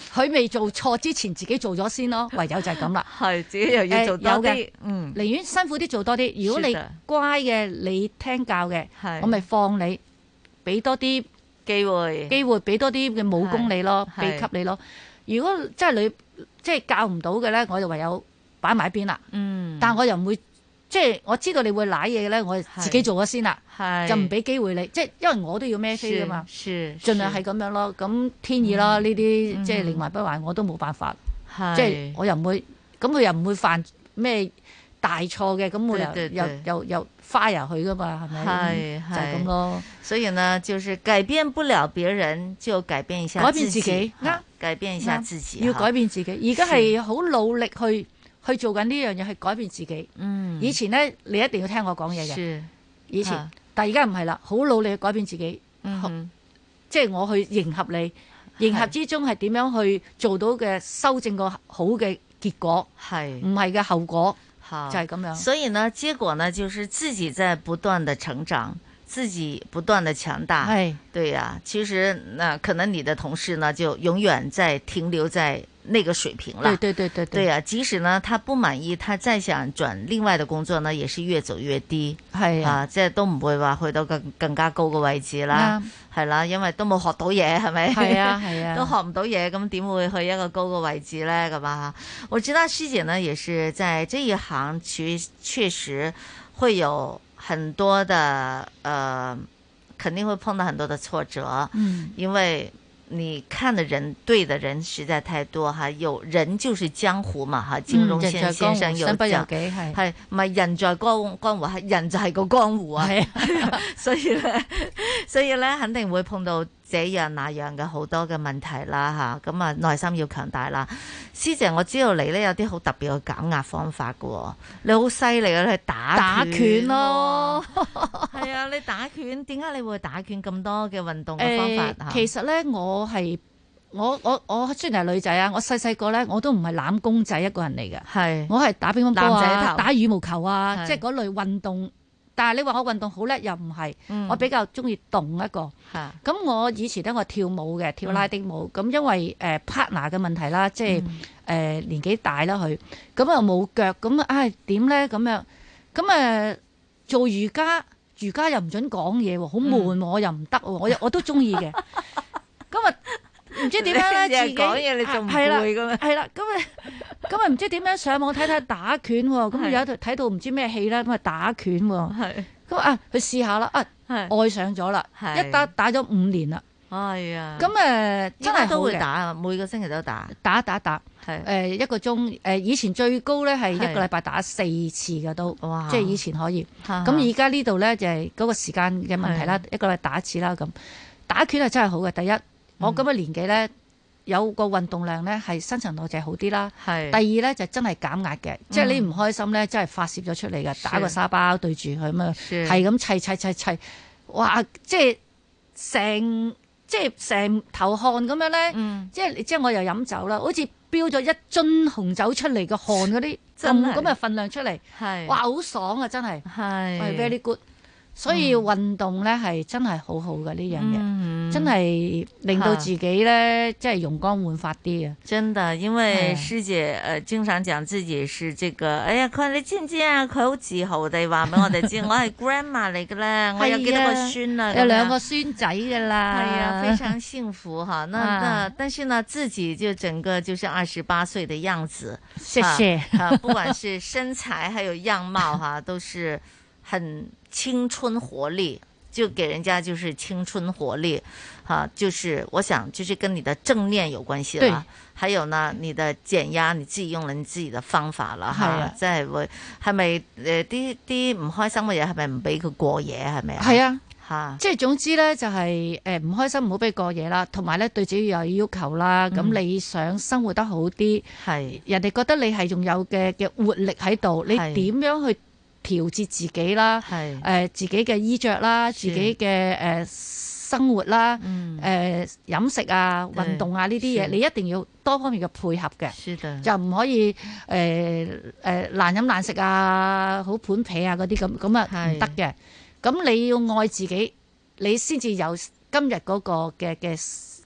佢未做錯之前自己做咗先咯，唯有就係咁啦。 係自己又要做多啲，嗯， 寧願辛苦啲做多啲。如果你乖嘅，你聽教嘅，我咪放你，俾多啲機會，機會俾多啲嘅武功你咯，秘笈你咯。如果即係你即係教唔到嘅咧，我就唯有擺埋一邊啦。嗯，但我又唔會。即係我知道你會舐嘢嘅咧，我自己做咗先啦，就唔俾機會你。即係因為我都要孭飛噶嘛，盡量係咁樣咯。咁天意啦，呢啲、嗯、即係靈懷不壞，我都冇辦法。即係我又唔會，咁佢又唔會犯咩大錯嘅，咁我又對對對又又又 fire 佢噶嘛，係咪？係就係咁咯。 所以呢，就是改變不了別人，就改變一下自己，改變自己，改變一下自己， 要改變自己。而家係好努力去。去做緊呢樣嘢，係改變自己。嗯，以前咧，你一定要聽我講嘢嘅。以前，啊、但係而家唔係啦，好努力去改變自己。嗯，即係我去迎合你，迎合之中係點樣去做到嘅修正個好嘅結果？係唔係嘅後果？就係咁樣。 所以呢，結果呢，就是自己在不斷的成長，自己不斷的強大。係，對呀、啊。其實，那可能你的同事呢，就永遠在停留在那個水平了。 對對對對對。 對啊，即使呢他不滿意，他再想轉另外的工作呢，也是越走越低。係啊，即係都唔會話去到更更加高嘅位置啦。係啦，因為都冇學到嘢，係咪？係啊係啊，都學唔到嘢，咁點會去一個高嘅位置呢？咁啊，我知道師姐呢，也是在這一行，其實確實會有很多的，呃，肯定會碰到很多的挫折。嗯，因為你看的人對的人實在太多哈，有人就是江湖嘛哈，金庸先先生有講，係唔係人在江江湖，係人就係個江湖啊，所以咧，所以咧肯定會碰到這樣那樣嘅好多嘅問題啦吓，咁啊內心要強大啦。師姐，我知道你咧有啲好特別嘅減壓方法㗎，你好犀利啊，你係打打拳咯， 係啊，你打拳，點解你會打拳咁多嘅運動嘅方法？ 呃、其實咧，我係我我我雖然係女仔啊，我細細個咧我都唔係攬公仔一個人嚟嘅，係我係打乒乓波啊，打羽毛球啊，即係嗰類運動。但係你話我運動好叻又唔係，嗯、我比較中意動一個。咁、嗯、我以前咧我跳舞嘅，跳拉丁舞。咁、嗯、因為誒、呃、partner 嘅問題啦，即係誒、嗯呃、年紀大啦佢，咁又冇腳，咁唉點咧咁樣？咁誒、呃、做瑜伽，瑜伽又唔准講嘢喎，好悶喎，我又唔得喎，我我都中意嘅。咁啊唔知點樣咧，自己講嘢你仲唔會㗎嘛？係啦，咁啊咁啊唔知點樣上網睇睇打拳喎，咁有一套睇到唔知咩戲啦，咁啊打拳喎，咁啊去試下啦，啊愛上咗啦，一打打咗五年啦，係啊，咁誒真係都會打，每個星期都打，打打打，係誒一個鐘，誒以前最高咧係一個禮拜打四次嘅都，即係以前可以，咁而家呢度咧就係嗰個時間嘅問題啦，一個禮拜打一次啦咁，打拳係真係好嘅，第一。我咁嘅年紀咧，有個運動量咧係新陳代謝好啲啦。係。第二咧就真係減壓嘅，即係你唔開心咧，真係發泄咗出嚟嘅，打個沙包對住佢咁啊，係咁砌砌砌砌，哇！即係成即係成頭汗咁樣咧，即係即係我又飲酒啦，好似飆咗一樽紅酒出嚟嘅汗嗰啲咁咁嘅份量出嚟，係哇好爽啊！真係係 very good。所以運動咧係真係好好嘅呢樣嘢，嗯、真係令到自己咧即係容光煥發啲啊！ 真的，因為師姐誒、呃、經常講自己是這個，哎呀佢你知唔知啊？佢好自豪地話俾我哋知，我係 grandma 嚟嘅咧，我有幾多個孫啊？ 有兩個孫仔嘅啦， 係啊，非常幸福哈！那那但是呢，自己就整個就是二十八歲的樣子， 謝謝啊，啊，不管是身材還有樣貌哈、啊，都是很青春活力，就給人家就是青春活力，哈、啊，就是我想就是跟你的正念有關係啦，還有呢，你的減壓，你自己用了你自己的方法啦，哈，即係會係咪誒啲啲唔開心嘅嘢係咪唔俾佢過夜係咪啊？ 係啊，吓，即係總之咧就係誒唔開心唔好俾佢過夜啦，同埋咧對自己有要求啦，咁、嗯、你想生活得好啲，係人哋覺得你係仲有嘅嘅活力喺度，你點樣去調節自己啦，誒、呃、自己嘅衣着啦，自己嘅誒、呃、生活啦，誒、嗯呃、飲食啊、運動啊呢啲嘢，你一定要多方面嘅配合嘅，就唔可以誒誒爛飲爛食啊、好盤皮啊嗰啲咁，咁啊唔得嘅。咁你要愛自己，你先至有今日嗰個嘅嘅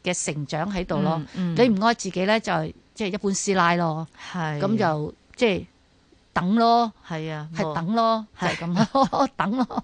嘅成長喺度咯。 嗯嗯、 你唔愛自己咧，就即係一般師奶咯。係咁就即係等咯。係啊，係等咯，係咁咯，等咯。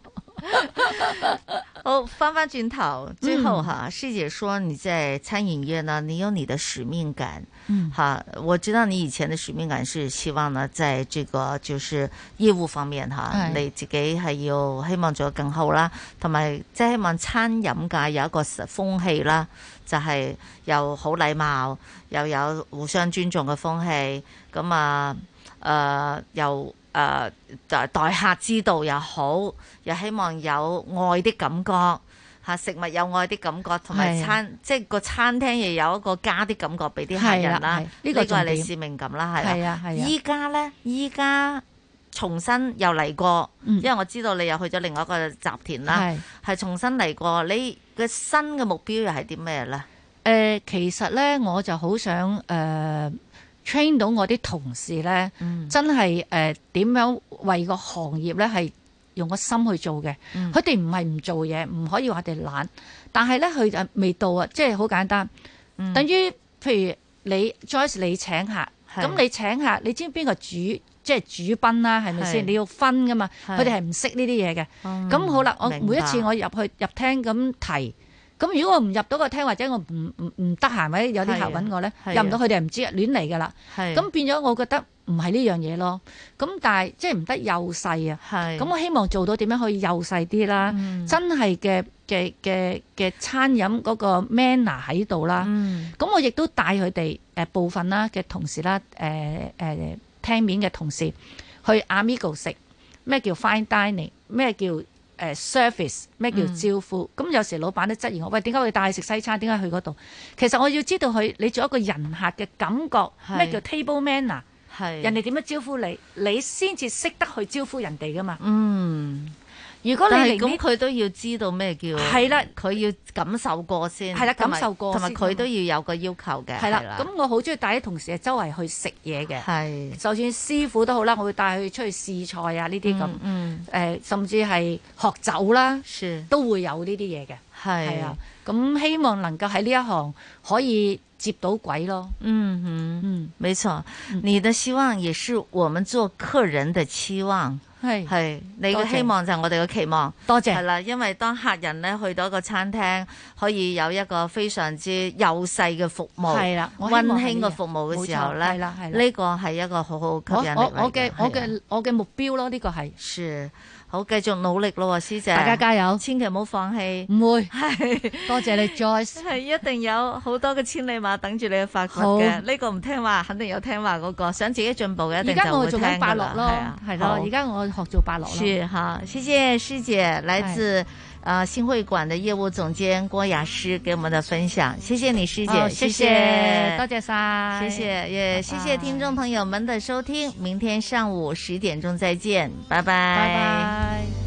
哦，翻翻轉頭，最後哈，師姐說你在餐飲業呢，你有你的使命感，嗯，哈，我知道你以前的使命感是希望呢，在這個就是業務方面哈，你自己係要希望做得更好啦，同埋即係希望餐飲界有一個風氣啦，就係有好禮貌，又有互相尊重嘅風氣，咁啊，誒，又。誒、呃、待客之道又好，又希望有愛的感覺嚇，食物有愛的感覺，同埋餐即係個餐廳亦有一個家的感覺俾啲客人啦。呢個係你使命感啦，係啦。係啊係啊。依家咧，依家重新又嚟過，嗯、因為我知道你又去咗另外一個集團啦，係重新嚟過。你嘅新嘅目標又係啲咩咧？誒、 呃，其實咧我就好想誒。呃train 到我啲同事咧，嗯、真係誒點樣為個行業咧係用個心去做嘅。佢哋唔係唔做嘢，唔可以話佢哋懶，但係咧佢就未到啊，即係好簡單。嗯、等於譬如你 Joyce 你請客，咁你請客，你知邊個主即係主賓啦，係咪先？你要分噶嘛，佢哋係唔識呢啲嘢嘅。咁、嗯、好啦，我每一次我入去入廳咁提。咁如果我唔入到個廳，或者我唔唔唔得閒，或者有啲客揾我咧，入唔到佢哋唔知，亂嚟噶啦。咁變咗，我覺得唔係呢樣嘢咯。咁但係即係唔得幼細啊。咁我希望做到點樣可以幼細啲啦，嗯、真係嘅嘅嘅嘅餐飲嗰個 manner 喺度啦。咁、嗯、我亦都帶佢哋誒部分啦嘅同事啦，誒、呃、誒、呃、廳面嘅同事去 Amigo 食咩叫 fine dining， 咩叫？誒 service 咩叫招呼？咁、嗯、有時老闆都質疑我，喂，點解會帶你食西餐？點解去嗰度？其實我要知道佢你做一個人客嘅感覺，咩叫 table manner？ 人哋點樣招呼你，你先至識得去招呼人哋噶嘛？嗯。如果你咁，佢都要知道咩叫係啦，佢要感受過先係啦，感受過同埋佢都要有個要求嘅係啦。咁我好中意帶啲同事周圍去食嘢嘅，係就算師傅都好啦，我會帶佢出去試菜啊呢啲咁，嗯誒，甚至係學酒啦，都會有呢啲嘢嘅，係啊。咁希望能夠喺呢一行可以接到軌咯。嗯嗯嗯，沒錯，你的希望也是我們做客人的期望。係係，你嘅希望就係我哋嘅期望。多謝係啦，因為當客人咧去到一個餐廳，可以有一個非常之幼細嘅服務，係啦，溫馨嘅服務嘅時候咧，係啦係啦，呢個係一個好好吸引力嚟嘅。我我嘅我嘅我嘅目標咯，呢個係是。好，繼續努力咯，師姐！大家加油，千祈唔好放棄。唔會，係多謝你 Joyce，係一定有好多嘅千里馬等住你去發掘嘅。呢個唔聽話，肯定有聽話嗰個，想自己進步嘅一定就會聽㗎啦。而家我做緊伯樂咯，係咯，而家我學做伯樂咯。是哈，謝謝師姐，來自啊新會館的業務總監郭雅詩給我們的分享，謝謝你師姐，謝謝，多謝晒，謝謝，也謝謝聽眾朋友們的收聽，明天上午十點鐘再見，拜拜，拜拜。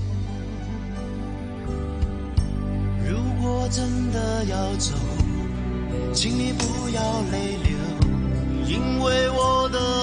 如果真的要走，請你不要淚流，因為我的